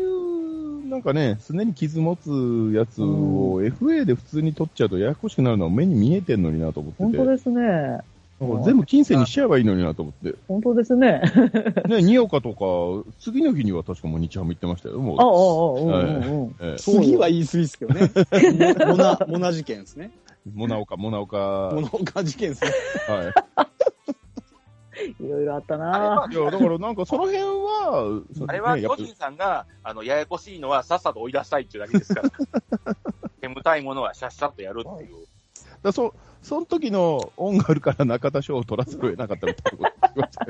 なんかね、常に傷持つやつを エフエー で普通に取っちゃうとややこしくなるのは目に見えてんのになと思ってて。 本当ですね。 なんか全部金銭にしちゃえばいいのになと思って。 本当ですね。 ね、ニオカとか、次の日には確かもう日ハム行ってましたよ。もう。 ああ、ああ、うんうんうん。 ええ次は言い過ぎですけどね。モナ、モナ事件ですね。 モナオカ、モナオカ。 モナオカ事件ですね。 はいろいろあったあれなは。 い。いや、だからなんかその辺は、 あれはねやっぱ巨人さんが、あの、ややこしいのはさっさと追い出したいっていうだけですから。煙たいものはシャッシャッとやるっていう。 だそ、その時の恩があるから中田翔を取らせるを得なかったみたいなこと言いましたよ。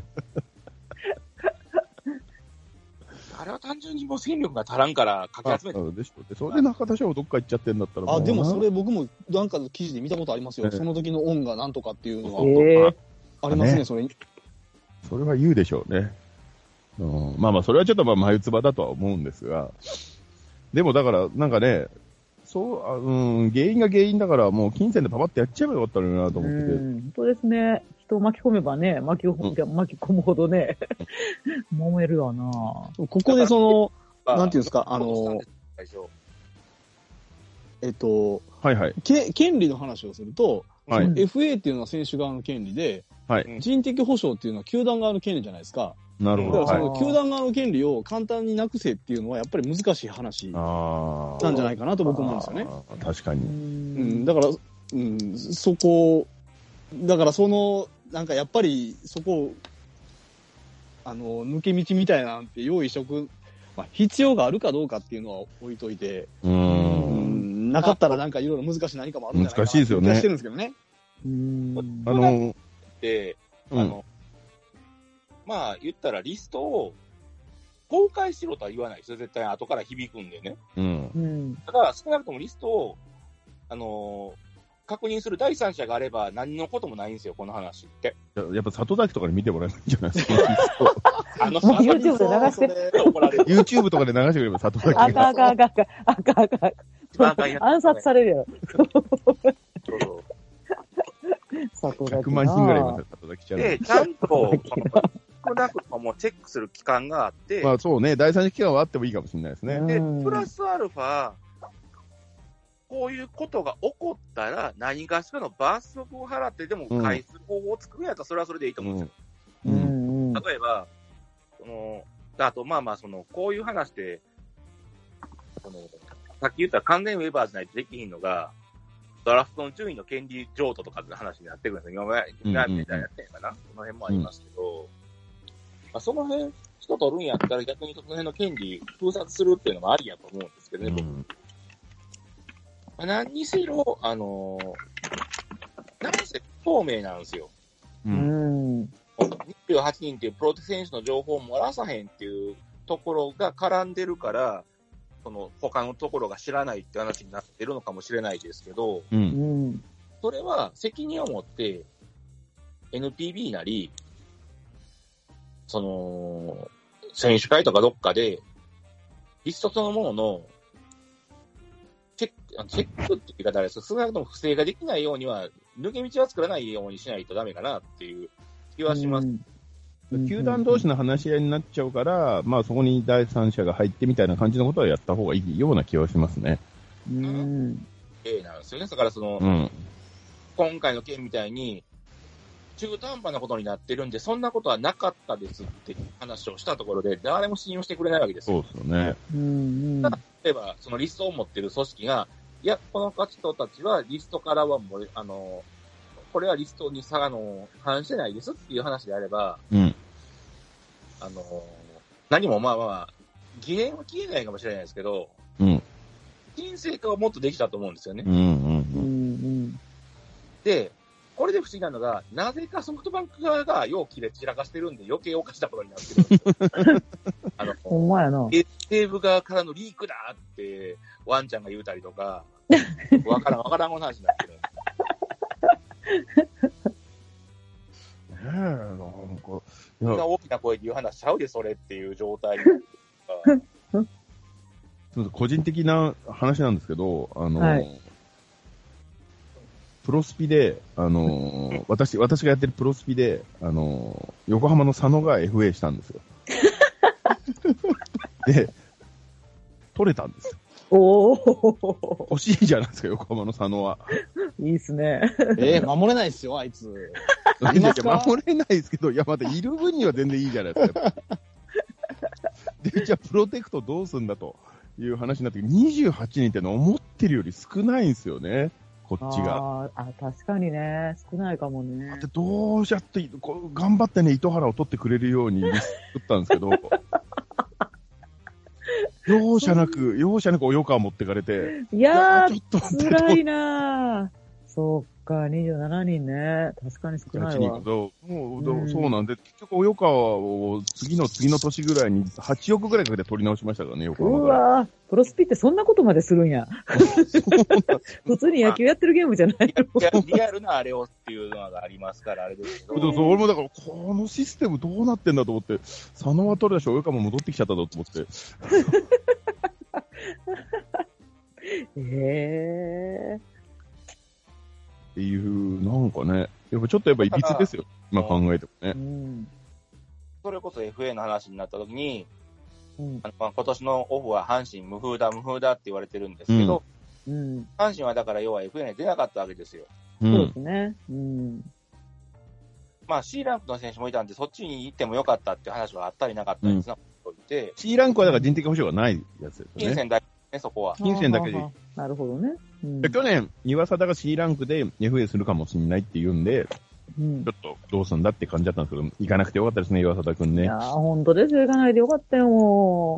あれは単純にもう戦力が足らんからかき集めてあでしょでそれで中田翔どっか行っちゃってんだったらあ、でもそれ、 れ僕もなんかの記事で見たことありますよ。その時の恩がなんとかっていうのは。 ええありますね、 ねそれ。 それは言うでしょうね。うん、まあまあ、それはちょっとまあ眉唾だとは思うんですが、でもだから、なんかね、そうあ、うん、原因が原因だから、もう金銭でパパってやっちゃえばよかったのになと思ってて。 うん本当ですね。人を巻き込めばね、巻き込,、 う巻き込むほどね、揉めるわな。 ここでその、 まあなんていうんですか、あの、 最初えっと、 はいはい。 け権利の話をすると、 はいその エフエー っていうのは選手側の権利で、 はい。 人的保障っていうのは球団側の権利じゃないですか。 なるほど。 だからそはい。 の球団側の権利を簡単になくせっていうのはやっぱり難しい話あなんじゃないかなと僕思うんですよね。 あー確かうに。 うん、 んだから、うん、そこ、だからその、なんかやっぱりそこを、あの、抜け道みたいなんて用意しとく、まあ、必要があるかどうかっていうのは置いといて、 うー。 うんん、なかったらなんかいろいろ難しい何かもあるんじゃないかな難しいですよね気がしてるんですけどね。 うんあの、 で、 うんあの、まあ言ったらリストを公開しろとは言わないですよ。絶対後から響くんでね。 うん。 うんだから少なくともリストを、あのー確認する第三者があれば何のこともないんですよ、この話って。 ややっぱ里崎とかで見てもらえばいいんじゃないですか。 あの、 もう YouTube で流して怒られる。 YouTube とかで流してくれば里崎あかんが。 あかんあかんあかんあかんあかん一番あかんやつ暗殺されるよ。 そうそう佐藤だひゃくまん人ぐらいいますよ、里崎ちゃん。 で、ちゃんと、少なくともチェックする機関があって、 まあそうね、第三者機関はあってもいいかもしれないですね。 で、 うんプラスアルファ、こういうことが起こったら、何かしらの罰則を払ってでも返す方法を作るんやったら、それはそれでいいと思うんですよ。 う。 うんんうん例えば、その、あと、まあまあ、その、こういう話で、その、さっき言った完全ウェーバーじゃないとできひんのが、ドラフトの順位の権利譲渡とかって話になってくるんですよ。今まで、今みたいなやってんかな、その辺もありますけど、まあ、その辺、人取るんやったら逆にその辺の権利封殺するっていうのもありやと思うんですけどね、僕うんまあ、何にせよ、あのー、なんせ透明なんですよ。 う。 うんんにじゅうはちにんっていうプロテ選手の情報を漏らさへんっていうところが絡んでるから、その他のところが知らないって話になってるのかもしれないですけど、 う。 うんんそれは責任を持って エヌピービー なり、その、選手会とかどっかで、リストそのものの、チェック、あのチェックって言い方あれですけど、少なくとも不正ができないようには、抜け道は作らないようにしないとダメかなっていう気はします。 球団同士の話し合いになっちゃうから、まあそこに第三者が入ってみたいな感じのことはやった方がいいような気はしますね。 うんええなんですよね。だからその、 うん。 今回の件みたいに、中途半端なことになってるんで、そんなことはなかったですって話をしたところで、誰も信用してくれないわけですよ。 そうですよね。 うん例えば、そのリストを持ってる組織が、いや、この人たちはリストからはもう、あの、これはリストにさ、あの、反してないですっていう話であれば、 うん。 あの、何もまあまあ、疑念は消えないかもしれないですけど、 うん。 沈静化はもっとできたと思うんですよね。 うん。うん。 うんうんで、これで不思議なのが、なぜかソフトバンク側が容器で散らかしてるんで余計おかしなことになってるんですよ。あの、 ほんまやな。 西武側からのリークだって、ワンちゃんが言うたりとか、わからんわからんこの話になってるんですえ、なんか、 そんな大きな声で言う話しちゃうで、それっていう状態。 個人的な話なんですけど、あの、 はいプロスピで、あの、私、私がやってるプロスピで、あの、横浜の佐野が エフエー したんですよ。で、取れたんですよ。 おお、 欲しいじゃないですか、横浜の佐野は。 いいっすね。 えー、守れないですよ、あいつ。 いやいや、守れないですけど、いや、またいる分には全然いいじゃないですか。で、じゃあ、プロテクトどうすんだという話になって、にじゅうはちにんってのは思ってるより少ないんですよね、こっちが。 ああ、確かにね、少ないかもね。 でどうしゃってこう、頑張ってね、糸原を取ってくれるように作ったんですけど、容赦なく、容赦なく及川持ってかれて、 いやちょっとー、辛いなー。そうか、にじゅうななにんね。確かに少ないわ。 どうもうどううんそうなんで、結局及川を次の次の年ぐらいにはちおくぐらいかけて取り直しましたからね、横う浜から。 わー、プロスピってそんなことまでするんや。普通に野球やってるゲームじゃないの。 いやリアルなあれをっていうのがありますから、あれですけど。 そうそう俺もだから、このシステムどうなってんだと思って、佐野は取るでしょ、及川も戻ってきちゃったぞと思って。 ええっていう、なんかね、やっぱちょっとやっぱいびつですよ、今考えてもー。 ねう。ん。 それこそ エフエー の話になった時に、 うん。 あのまあ今年のオフは阪神無風だ、無風だって言われてるんですけど、 うん。 阪神はだから要は エフエー に出なかったわけですよ。 うそうでん。 すね。うん。 まあ C ランクの選手もいたんで、そっちに行ってもよかったっていう話はあったりなかったりつなこといて、 C ランクはだから人的保障がないやつですよね。 金銭だけね、そこは。 金銭だけでいいはあはあなるほどね。うんで去年、岩貞が C ランクで エフエー するかもしれないって言うんで、 うんちょっとどうすんだって感じだったんですけど、行かなくてよかったですね、岩貞くんねいや。ー、本当ですよ。行かないでよかったよ、も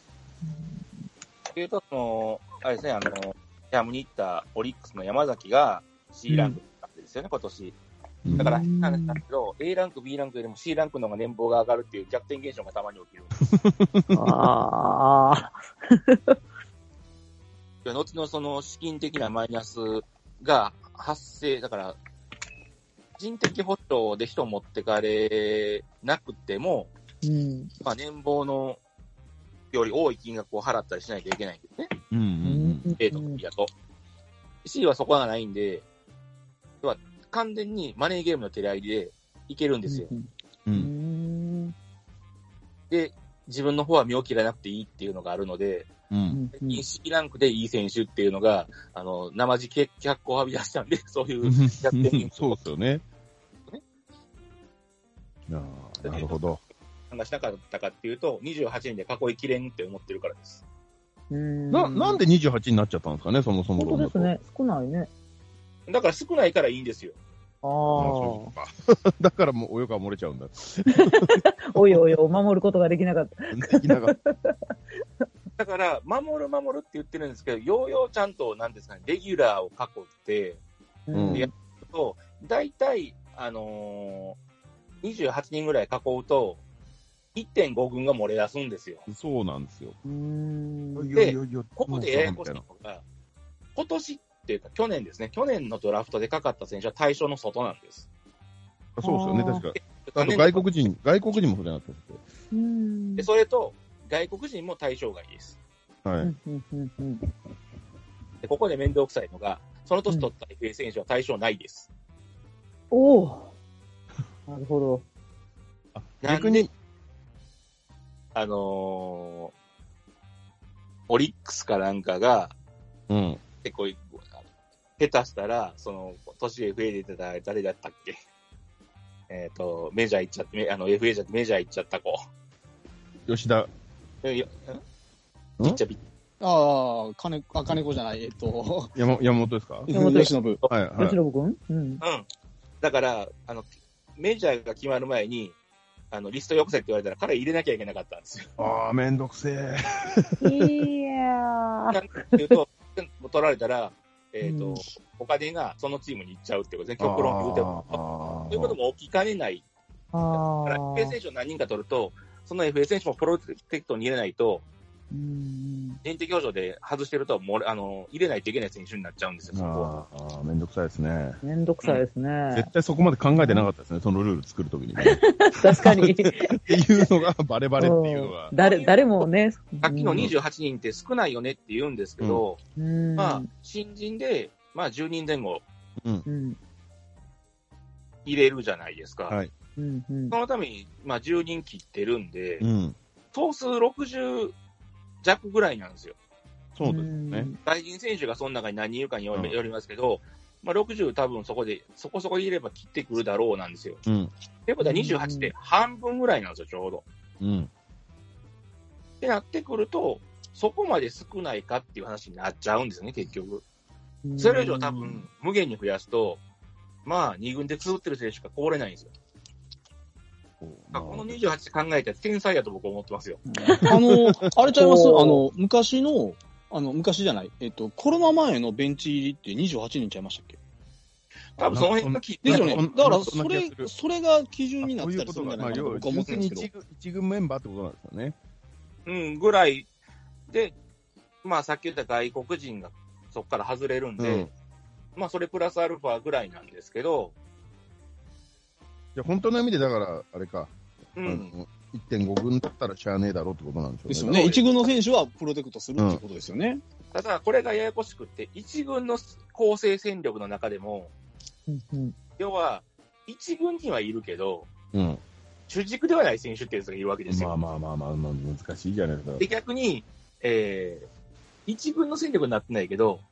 っていうと、その、あれですね、あの、キャムに行ったオリックスの山崎が C ランクだったんですよね、今年。 うんだから、変な話なんですけど、A ランク、B ランクよりも C ランクの方が年俸が上がるっていう逆転現象がたまに起きるんです。 う。ああ。 で後のその資金的なマイナスが発生、だから、人的保障で人を持ってかれなくても、 うん。 まあ、年俸のより多い金額を払ったりしないといけないんですね。 うんうんうん。 A と B だと。C はそこがないんで、要は完全にマネーゲームの手合いでいけるんですよ。 う。 うんん。 で、自分の方は身を切らなくていいっていうのがあるので、 うん。 うん。 C ランクでいい選手っていうのが、あの、生地脚光を浴び出したんで、そういう逆転現象そうですよね。 ねいやーなるほど。 がしなかったかっていうと、にじゅうはちにんで囲いきれんって思ってるからです。 うんな、なんでにじゅうはちになっちゃったんですかね、そもそも本当ですね。少ないね。 だから少ないからいいんですよ。 あああ、 あ。 そうか。だからもう泳が漏れちゃうんだ。 おいおいお、守ることができなかった。 できなかった。 だから、守る守るって言ってるんですけど、ようようちゃんと、なんですかね、レギュラーを囲って、 うんやると、大体、あのー、にじゅうはちにんぐらい囲うと、いってんご軍が漏れ出すんですよ。 そうなんですよ。 うーん。 いやいやいやここでややこしいものが、今年っていうか去年ですね、去年のドラフトでかかった選手は対象の外なんです。 うそうですよね、確か。あと残念外国人、外国人もそうじゃなかったっうんで、それと、外国人も対象外です。 けはい。 うんうんうんうんで、ここで面倒くさいのが、その年取った エフエー 選手は対象ないです。 おお。なるほど。 あなんで逆に、 あのー、オリックスかなんかが、 うん。 結構、下手したら、その、年 エフエー で出てた誰だったっけえっ、と、メジャー行っちゃって、あの、エフエー じゃメジャー行っちゃった子。 吉田、 えいやんピッチャーピッああ、金、あ、金子じゃない、えっと、 山山本ですか山本吉信。 はい、はい吉。信君うん。 うん。だから、あの、メジャーが決まる前に、あの、リストよこせって言われたら彼入れなきゃいけなかったんですよ。 ああ、めんどくせえ。 いやなんー。 ていうと、取られたら、えっ、と、 うんお金がそのチームに行っちゃうってことですね。極論言うても。 あーそういうことも起きかねない。 あだから、エフエー 選手を何人か取ると、その エフエー 選手もプロテクトに入れないと、 うん人的表情で外してると、もう、あの、入れないといけない選手になっちゃうんですよ、そこは。 ああ、めんどくさいですね。 めんどくさいですね。 絶対そこまで考えてなかったですね、そのルール作るときに。 確かに。 っていうのがバレバレっていうのが。 誰、誰もね。 さっきのにじゅうはちにんって少ないよねって言うんですけど、 うん、 まあ、新人で、まあ、じゅうにんぜん後うん入れるじゃないですか。 はい。 うんうんそのために、まあ、じゅうにん切ってるんで、 うん。 総数ろくじゅう弱ぐらいなんですよ。 そうですね。 外人選手がその中に何人いるかにようんよりますけど、まあ、ろくじゅう多分そこで、そこそこ入れれば切ってくるだろうなんですよ。 うん。 ってことはにじゅうはちって半分ぐらいなんですよ、ちょうど。 うん。 ってなってくると、そこまで少ないかっていう話になっちゃうんですよね、結局。それ以上多分、無限に増やすと、まあ、に軍で綴ってる選手しか通れないんですよ。 まあこのにじゅうはち考えたら天才やと僕は思ってますよ。 あの、あれちゃいますあの、昔の、あの、昔じゃない、えっと、コロナ前のベンチ入りってにじゅうはちにんちゃいましたっけ？ 多分その辺が聞いてですよね。だから、 そんそれな気がする、 それが基準になってたりするんじゃまあ、 ないかなと要は、 僕は思ってるんですけど。 一軍メンバーってことなんですよね。 うん、ぐらいで、まあさっき言った外国人がそこから外れるんで、 うんまあそれプラスアルファぐらいなんですけど、 いや、本当の意味で、だから、あれか、 うん。 あの いってんご 軍だったらしゃあねえだろうってことなんでしょうね。 ですよね。一軍の選手はプロテクトするっていうことですよね。 ただ、これがややこしくって、一軍の構成戦力の中でも、 うんうん要は、一軍にはいるけど、 うん。 主軸ではない選手っていうやつがいるわけですよ。 まあまあまあまあ、まあ、難しいじゃないですか。 で、逆に、えー、一軍の戦力になってないけど、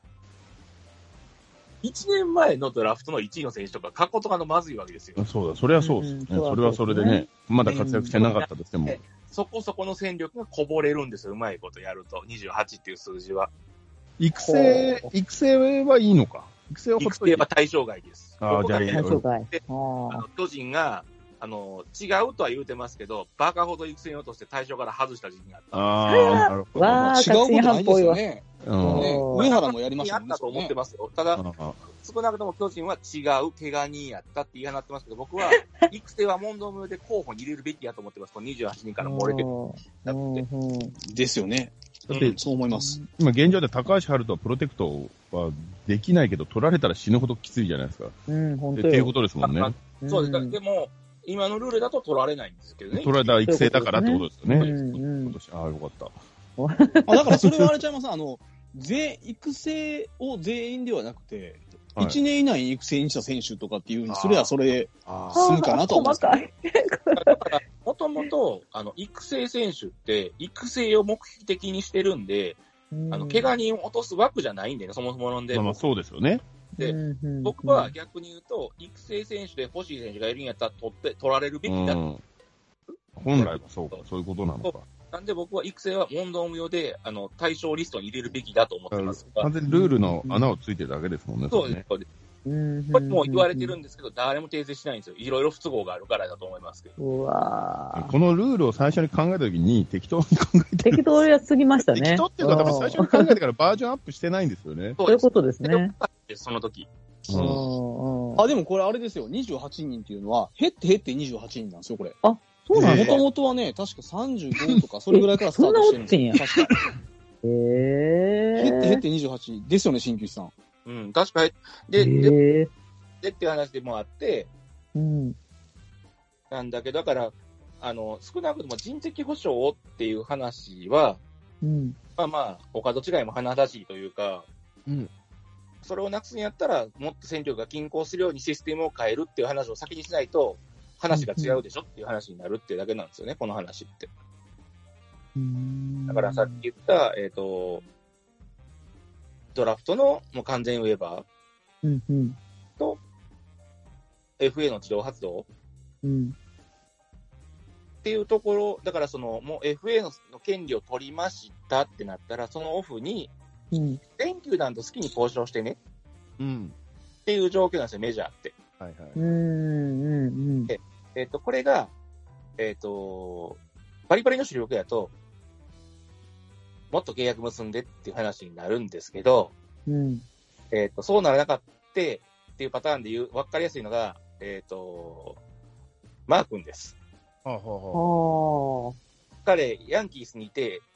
一年前のドラフトのいちいの選手とか、過去とかのまずいわけですよ。 そうだ、それはそうですね。 うんそれはそれでね、まだ活躍してなかったとしても。 そこそこの戦力がこぼれるんですよ、うまいことやると。にじゅうはちっていう数字は。 育成、育成はいいのか。育成はほっ育といて成は対象外です。 ああじゃあいい対象外。 でああの巨人が、あの、違うとは言うてますけど、バカほど育成に落として対象から外した時期があった。 ああ、なるほど。 わあ違うことないですよね。 うんね上原もやりましたもんね。 あったと思ってますよ。ただ、 あ少なくとも巨人は違う、怪我人やったって言い放ってますけど、僕は、育成は問答無用で候補に入れるべきやと思ってます。このにじゅうはちにんから漏れてる。だってですよね。 だって、 そう思います。 今現状で高橋遥人はプロテクトはできないけど、取られたら死ぬほどきついじゃないですか。 うん、本で当よ。 っていうことですもんね。 あそうです。でも、今のルールだと取られないんですけどね。 取られたら育成だからってことですよね。 うんうん今年ああ、よかった。 あだからそれはあれちゃいますあの、全、育成を全員ではなくて、 はいいちねん以内に育成にした選手とかっていうふうに、それはそれであ済むかなとは思うんです細けどかい。 だから、もともと、あの、育成選手って、育成を目的にしてるんで、あの、怪我人を落とす枠じゃないんでね、そもそもなんで。 まあまあそうですよね。 で僕は逆に言うと、育成選手で欲しい選手がいるんやったら取って、取られるべきだ。 うん。本来はそうか、そういうことなのか。 なんで僕は育成は問答無用で、あの、対象リストに入れるべきだと思ってますが。 完全にルールの穴をついてるだけですもんね。 そうです、 ね。 そうです。 うんこれもう言われてるんですけど、誰も訂正しないんですよ。いろいろ不都合があるからだと思いますけど。 うわこのルールを最初に考えたときに適当に考えてる。 適当やすぎましたね。 適当っていうか、多分最初に考えてからバージョンアップしてないんですよね。 そういうことですね。 その時。 うんうんあ、でもこれあれですよ。にじゅうはちにんっていうのは、減って減ってにじゅうはちにんなんですよ、これ。 そうなんですかもともとはね、確かさんじゅうごとか、それぐらいからスタートしてるんですよ。 えそんな落確か。 へえ。 減って減ってにじゅうはちですよね、新旧さん。 うん、確かに。 へで、で、 え。 でっていう話でもあって、 うん。 なんだけど、だから、あの、少なくとも人的保障をっていう話は、 うん。 まあまあ、他と違いも甚だしいというか、 うん。 それをなくすんやったら、もっと戦力が均衡するようにシステムを変えるっていう話を先にしないと、話が違うでしょっていう話になるっていうだけなんですよね、この話って。だからさっき言った、えっ、と、ドラフトのもう完全ウェーバうんうん。 ーと、エフエー の自動発動うん。 っていうところ、だからその、もう エフエー のの権利を取りましたってなったら、そのオフに、 うん。 全球団と好きに交渉してねうん。 っていう状況なんですよ、メジャーって。 はいはい。 うん。うん。 えっ、と、これが、えっ、と、バリバリの主力やと、もっと契約結んでっていう話になるんですけど、 うん。 えっ、と、そうならなかったっていうパターンで言う、わかりやすいのが、えっ、と、マー君です。 はあはあはああ。 彼、ヤンキースにいて、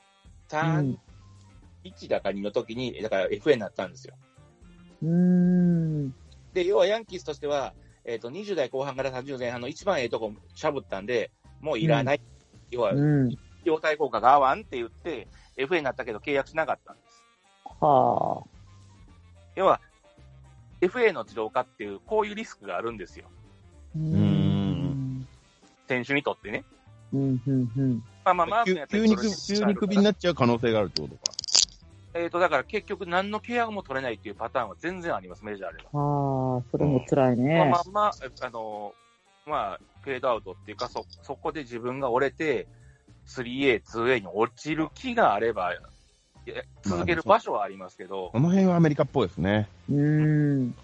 さん、いちだかにの時に、だから エフエー になったんですよ。 うーん。 で、要はヤンキースとしては、えっ、ー、と、にじゅう代後半からさんじゅう前半の一番ええとこしゃぶったんで、もういらない。うん、要は、費用対効果が合わんって言って、エフエー になったけど契約しなかったんです。 はあ。要は、エフエー の自動化っていう、こういうリスクがあるんですよ。 うーん。 選手にとってね。 うんうんうん。 まあまあ、マークのやつ急に、急にクビになっちゃう可能性があるってことか。 えっ、ー、と、だから結局何の契約も取れないっていうパターンは全然あります、メジャーでは。 ああ、それも辛いね。 まあまあ、あの、まあ、フェードアウトっていうか、そ、そこで自分が折れて、スリーエー、ツーエー に落ちる気があれば、続ける場所はありますけど。 この辺はアメリカっぽいですね。 うーん。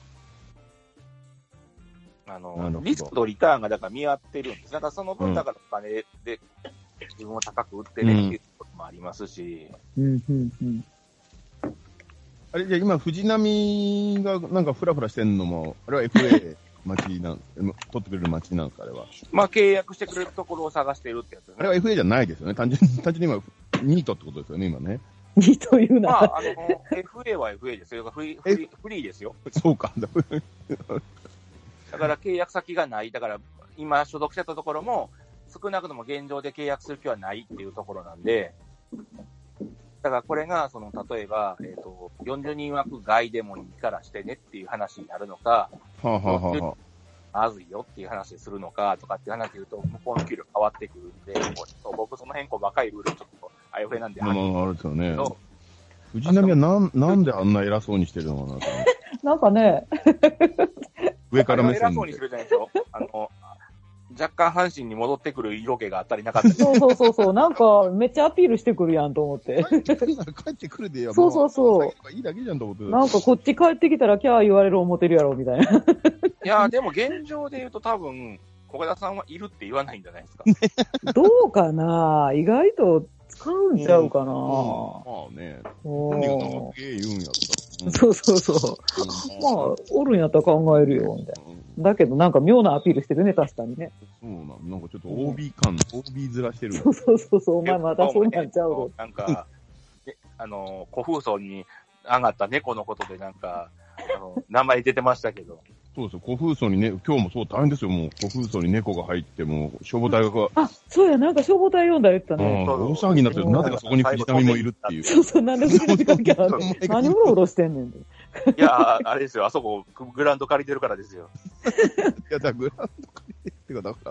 あの、リスクとリターンがだから見合ってるんです。だからその分、だからお金で自分を高く売ってねっていうこともありますし。 うん、うん、うん。 あれ、じゃあ今、藤波がなんかフラフラしてんのも、あれは エフエー 待ちなん、取ってくれる待ちなんですか、あれは。 まあ、契約してくれるところを探してるってやつですね。 あれは エフエー じゃないですよね。単純に、単純に今、ニートってことですよね、今ね。 ニートいうな。 まあ、あの、エフエー は エフエー ですよ。フリー、フリー、フリーですよ。 そうか。 だから契約先がない。だから、今所属してたところも、少なくとも現状で契約する気はないっていうところなんで、だからこれが、その、例えば、えっと、よんじゅうにん枠外でもいいからしてねっていう話になるのか、 はあはあはあ、まずいよっていう話するのかとかっていう話で言うと、向こうの給料変わってくるんで、僕その辺、こう、若いルールちょっと、あやふやなんで、 まあ、あるですよね。藤波はなん、なんであんな偉そうにしてるのかなと。 なんかね、 上から目線で。 偉そうにするじゃないですよ。あの、若干阪神に戻ってくる色気があったりなかったり。 そうそうそうそう。なんか、めっちゃアピールしてくるやんと思って。 帰ってくるなら帰ってくるでやそうそうそう。 いいだけじゃんと思って。 なんかこっち帰ってきたらキャー言われる思ってるやろ、みたいな。いや、でも現状で言うと多分、小田さんはいるって言わないんじゃないですか。 どうかな意外と使うんちゃうかな、うんうん、 まあね。本人がなんかゲー言うんやったら。 そうそうそう。まあ、おるんやったら考えるよ、みたいな。だけどなんか妙なアピールしてるね、確かにね。 そうなの。なんかちょっと オービー 感、オービー ずらしてる。 そうそうそうそう、お前またそうなんちゃうの。 なんか、あの、古風荘に上がった猫のことでなんか、あの、名前出てましたけど。 そうですよ。古風荘にね、今日もそう大変ですよ。もう古風荘に猫が入って、もう消防隊が。 あ、そうや、なんか消防隊呼んだ言ったね。 大騒ぎになってる。なぜかそこに藤波もいるっていう。 そうそう、なんで藤波関係あるの何うろうろしてんねん。 いや、あれですよ。あそこ、グラウンド借りてるからですよ。 いや、だからグラウンド借りてるっていうか、だから、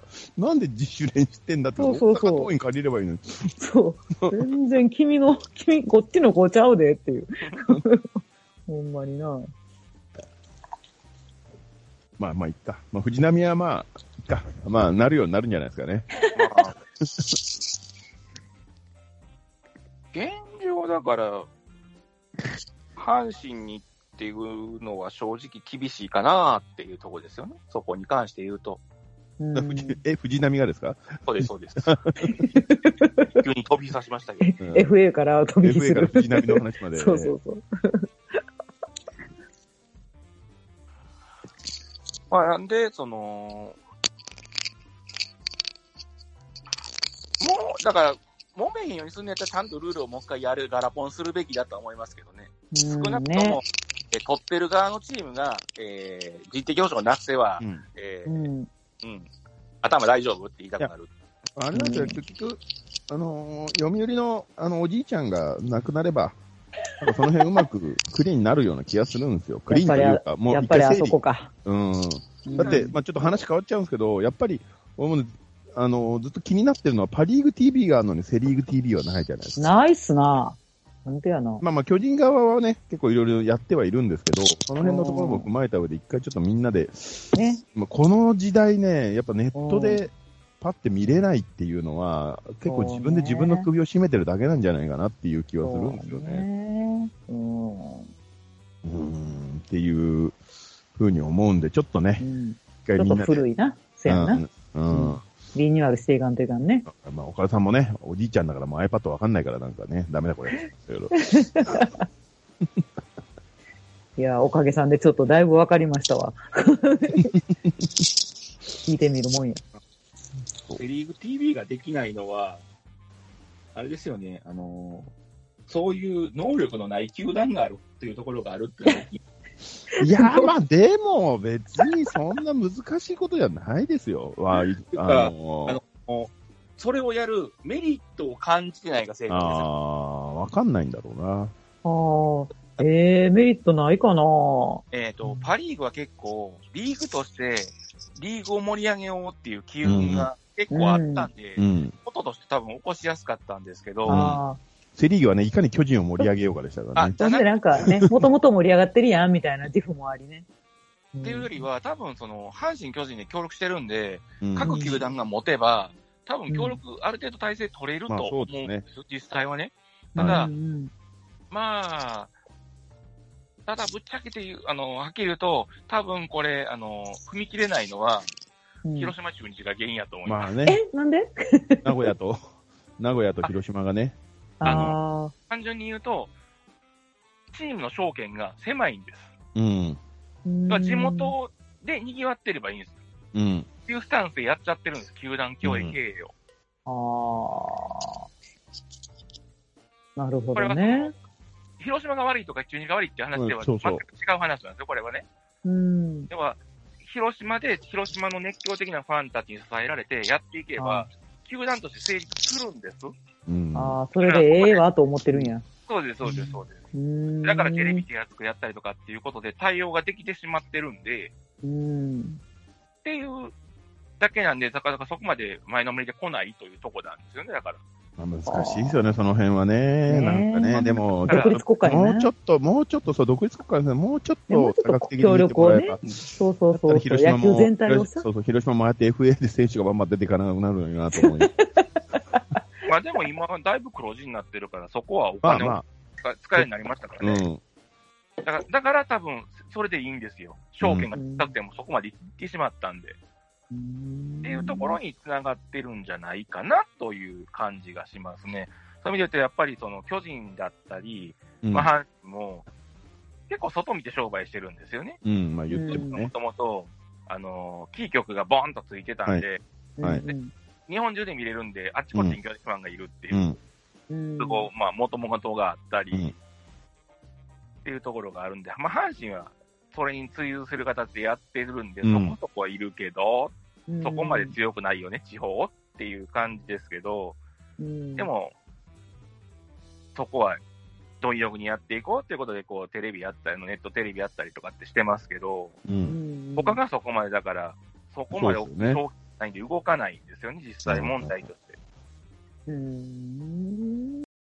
なんで自主練してんだって。 そうそうそう。 大阪桐蔭借りればいいのに。 そう。全然君の、君、こっちの子ちゃうでっていう。ほんまにな。 まあまあ、いっか。まあ、藤波はまあ、いっか。まあ、なるようになるんじゃないですかね。 現状だから、阪神にっていうのは正直厳しいかなっていうところですよね。そこに関して言うと。 え、藤波がですか？ そうです、そうです。急に飛び刺しましたけど。 うん、エフエー から飛び火する。 エフエー から藤波の話まで。 そうそうそう。 まあ、なんで、その、もう、だから、揉めへんようにするんやったらちゃんとルールをもう一回やる、ガラポンするべきだと思いますけどね。少なくとも、ね、え取ってる側のチームが、えー、人的保障なくせは、うんえーうんうん、頭大丈夫って言いたくなる。 あれなんですよ、結局、あのー、読売の、あの、おじいちゃんが亡くなれば、なんかその辺うまくクリーンになるような気がするんですよ。クリーンというか、もうやっぱりあそこか。 うん。だって、まあちょっと話変わっちゃうんですけど、やっぱり、あの、ずっと気になってるのは、パリーグ ティービー があるのにセリーグ ティービー はないじゃないですか。 ないっすな。なんてやな。 まあまあ、巨人側はね、結構いろいろやってはいるんですけど、その辺のところも踏まえた上で、一回ちょっとみんなで、ね。この時代ね、やっぱネットでパッて見れないっていうのは、結構自分で自分の首を絞めてるだけなんじゃないかなっていう気はするんですよね。うーん。うーん、っていうふうに思うんで、ちょっとね、うん、 一回みんなで。ちょっと古いな。せやな。うん。 うんうんリニューアルしていかんといかんね。 まあ、岡田さんもね、おじいちゃんだからもう iPad わかんないからなんかね、ダメだこれ。 いや、おかげさんでちょっとだいぶわかりましたわ。聞いてみるもんや。 セリーグ ティービー ができないのは、あれですよね、あの、 そういう能力のない球団があるっていうところがあるっていうのいや、まあ、でも、別にそんな難しいことじゃないですよ。わあ、あのー、 あの、それをやるメリットを感じてないが正解ですよ。 ああ、わかんないんだろうな。 ああ、ええー、メリットないかな。 えっ、ー、と、パリーグは結構、リーグとして、リーグを盛り上げようっていう機運が結構あったんで、 うん。 こととして多分起こしやすかったんですけど、 あセリーグはね、いかに巨人を盛り上げようかでしたからね。 あ、なんでなんかね、もともと盛り上がってるやん、みたいな自負もありね。 っていうよりは、多分その、阪神巨人で協力してるんで、 うん、 各球団が持てば、多分協力、ある程度体制取れると思うんですよ、 まあ、そうですね、 実際はね。ただ、 うんうん、 まあ、ただぶっちゃけて言う、あの、はっきり言うと、多分これ、あの、踏み切れないのは、うん、広島中日が原因やと思います。 まあね。 え、なんで名古屋と、名古屋と広島がね。 あの、単純に言うと、チームの証券が狭いんです。 うん。 地元で賑わってればいいんです。 うん。 っていうスタンスでやっちゃってるんです。球団共栄経営を。 うん、ああ。なるほどね。 広島が悪いとか中日が悪いっていう話では全く違う話なんですよ、これはね。 うん。 では、広島で広島の熱狂的なファンたちに支えられてやっていけば、球団として成立するんです。 うん、 ああ、それでええわと思ってるんや。 そうです、そうです、そうです。 うん、 だからテレビで安くやったりとかっていうことで対応ができてしまってるんで、 うん、 っていうだけなんで、だからそこまで前のめりで来ないというところなんですよね、だから。 まあ、難しいですよね、その辺はね。なんかね、でも、 独立国家ね、 もうちょっと、もうちょっと、そう、独立国家ですね、もうちょっと多角的に見てもらえば。 ね、そうそうそう、 広島も、 野球全体をさ。 そうそう、広島もああやって エフエー で選手がバンバン出ていかなくなるのになと思います。 まあでも今、だいぶ黒字になってるから、そこはお金を使えるようになりましたからね。 うん、 だから、だから多分、それでいいんですよ。証券が高くてもそこまで行ってしまったんで。うん、っていうところにつながってるんじゃないかなという感じがしますね。そういう意味で言うと、やっぱりその巨人だったり、うん、まあ、阪神も結構外見て商売してるんですよね。 うん、まあ言ってもね。 もともと、あの、キー局がボーンとついてたんで、 はいはい、 日本中で見れるんで、あっちこっちに巨人ファンがいるっていう、うん、そこ、まあ、もともとがあったり、うん、っていうところがあるんで、まあ、阪神はそれに追随する形でやってるんで、うん、そこそこはいるけど、うん、そこまで強くないよね、地方っていう感じですけど、うん、でも、そこは貪欲にやっていこうっていうことで、こう、テレビやったり、ネットテレビやったりとかってしてますけど、うん、他がそこまでだから、そこまで大きないんで動かないんですよね、実際問題として。 うん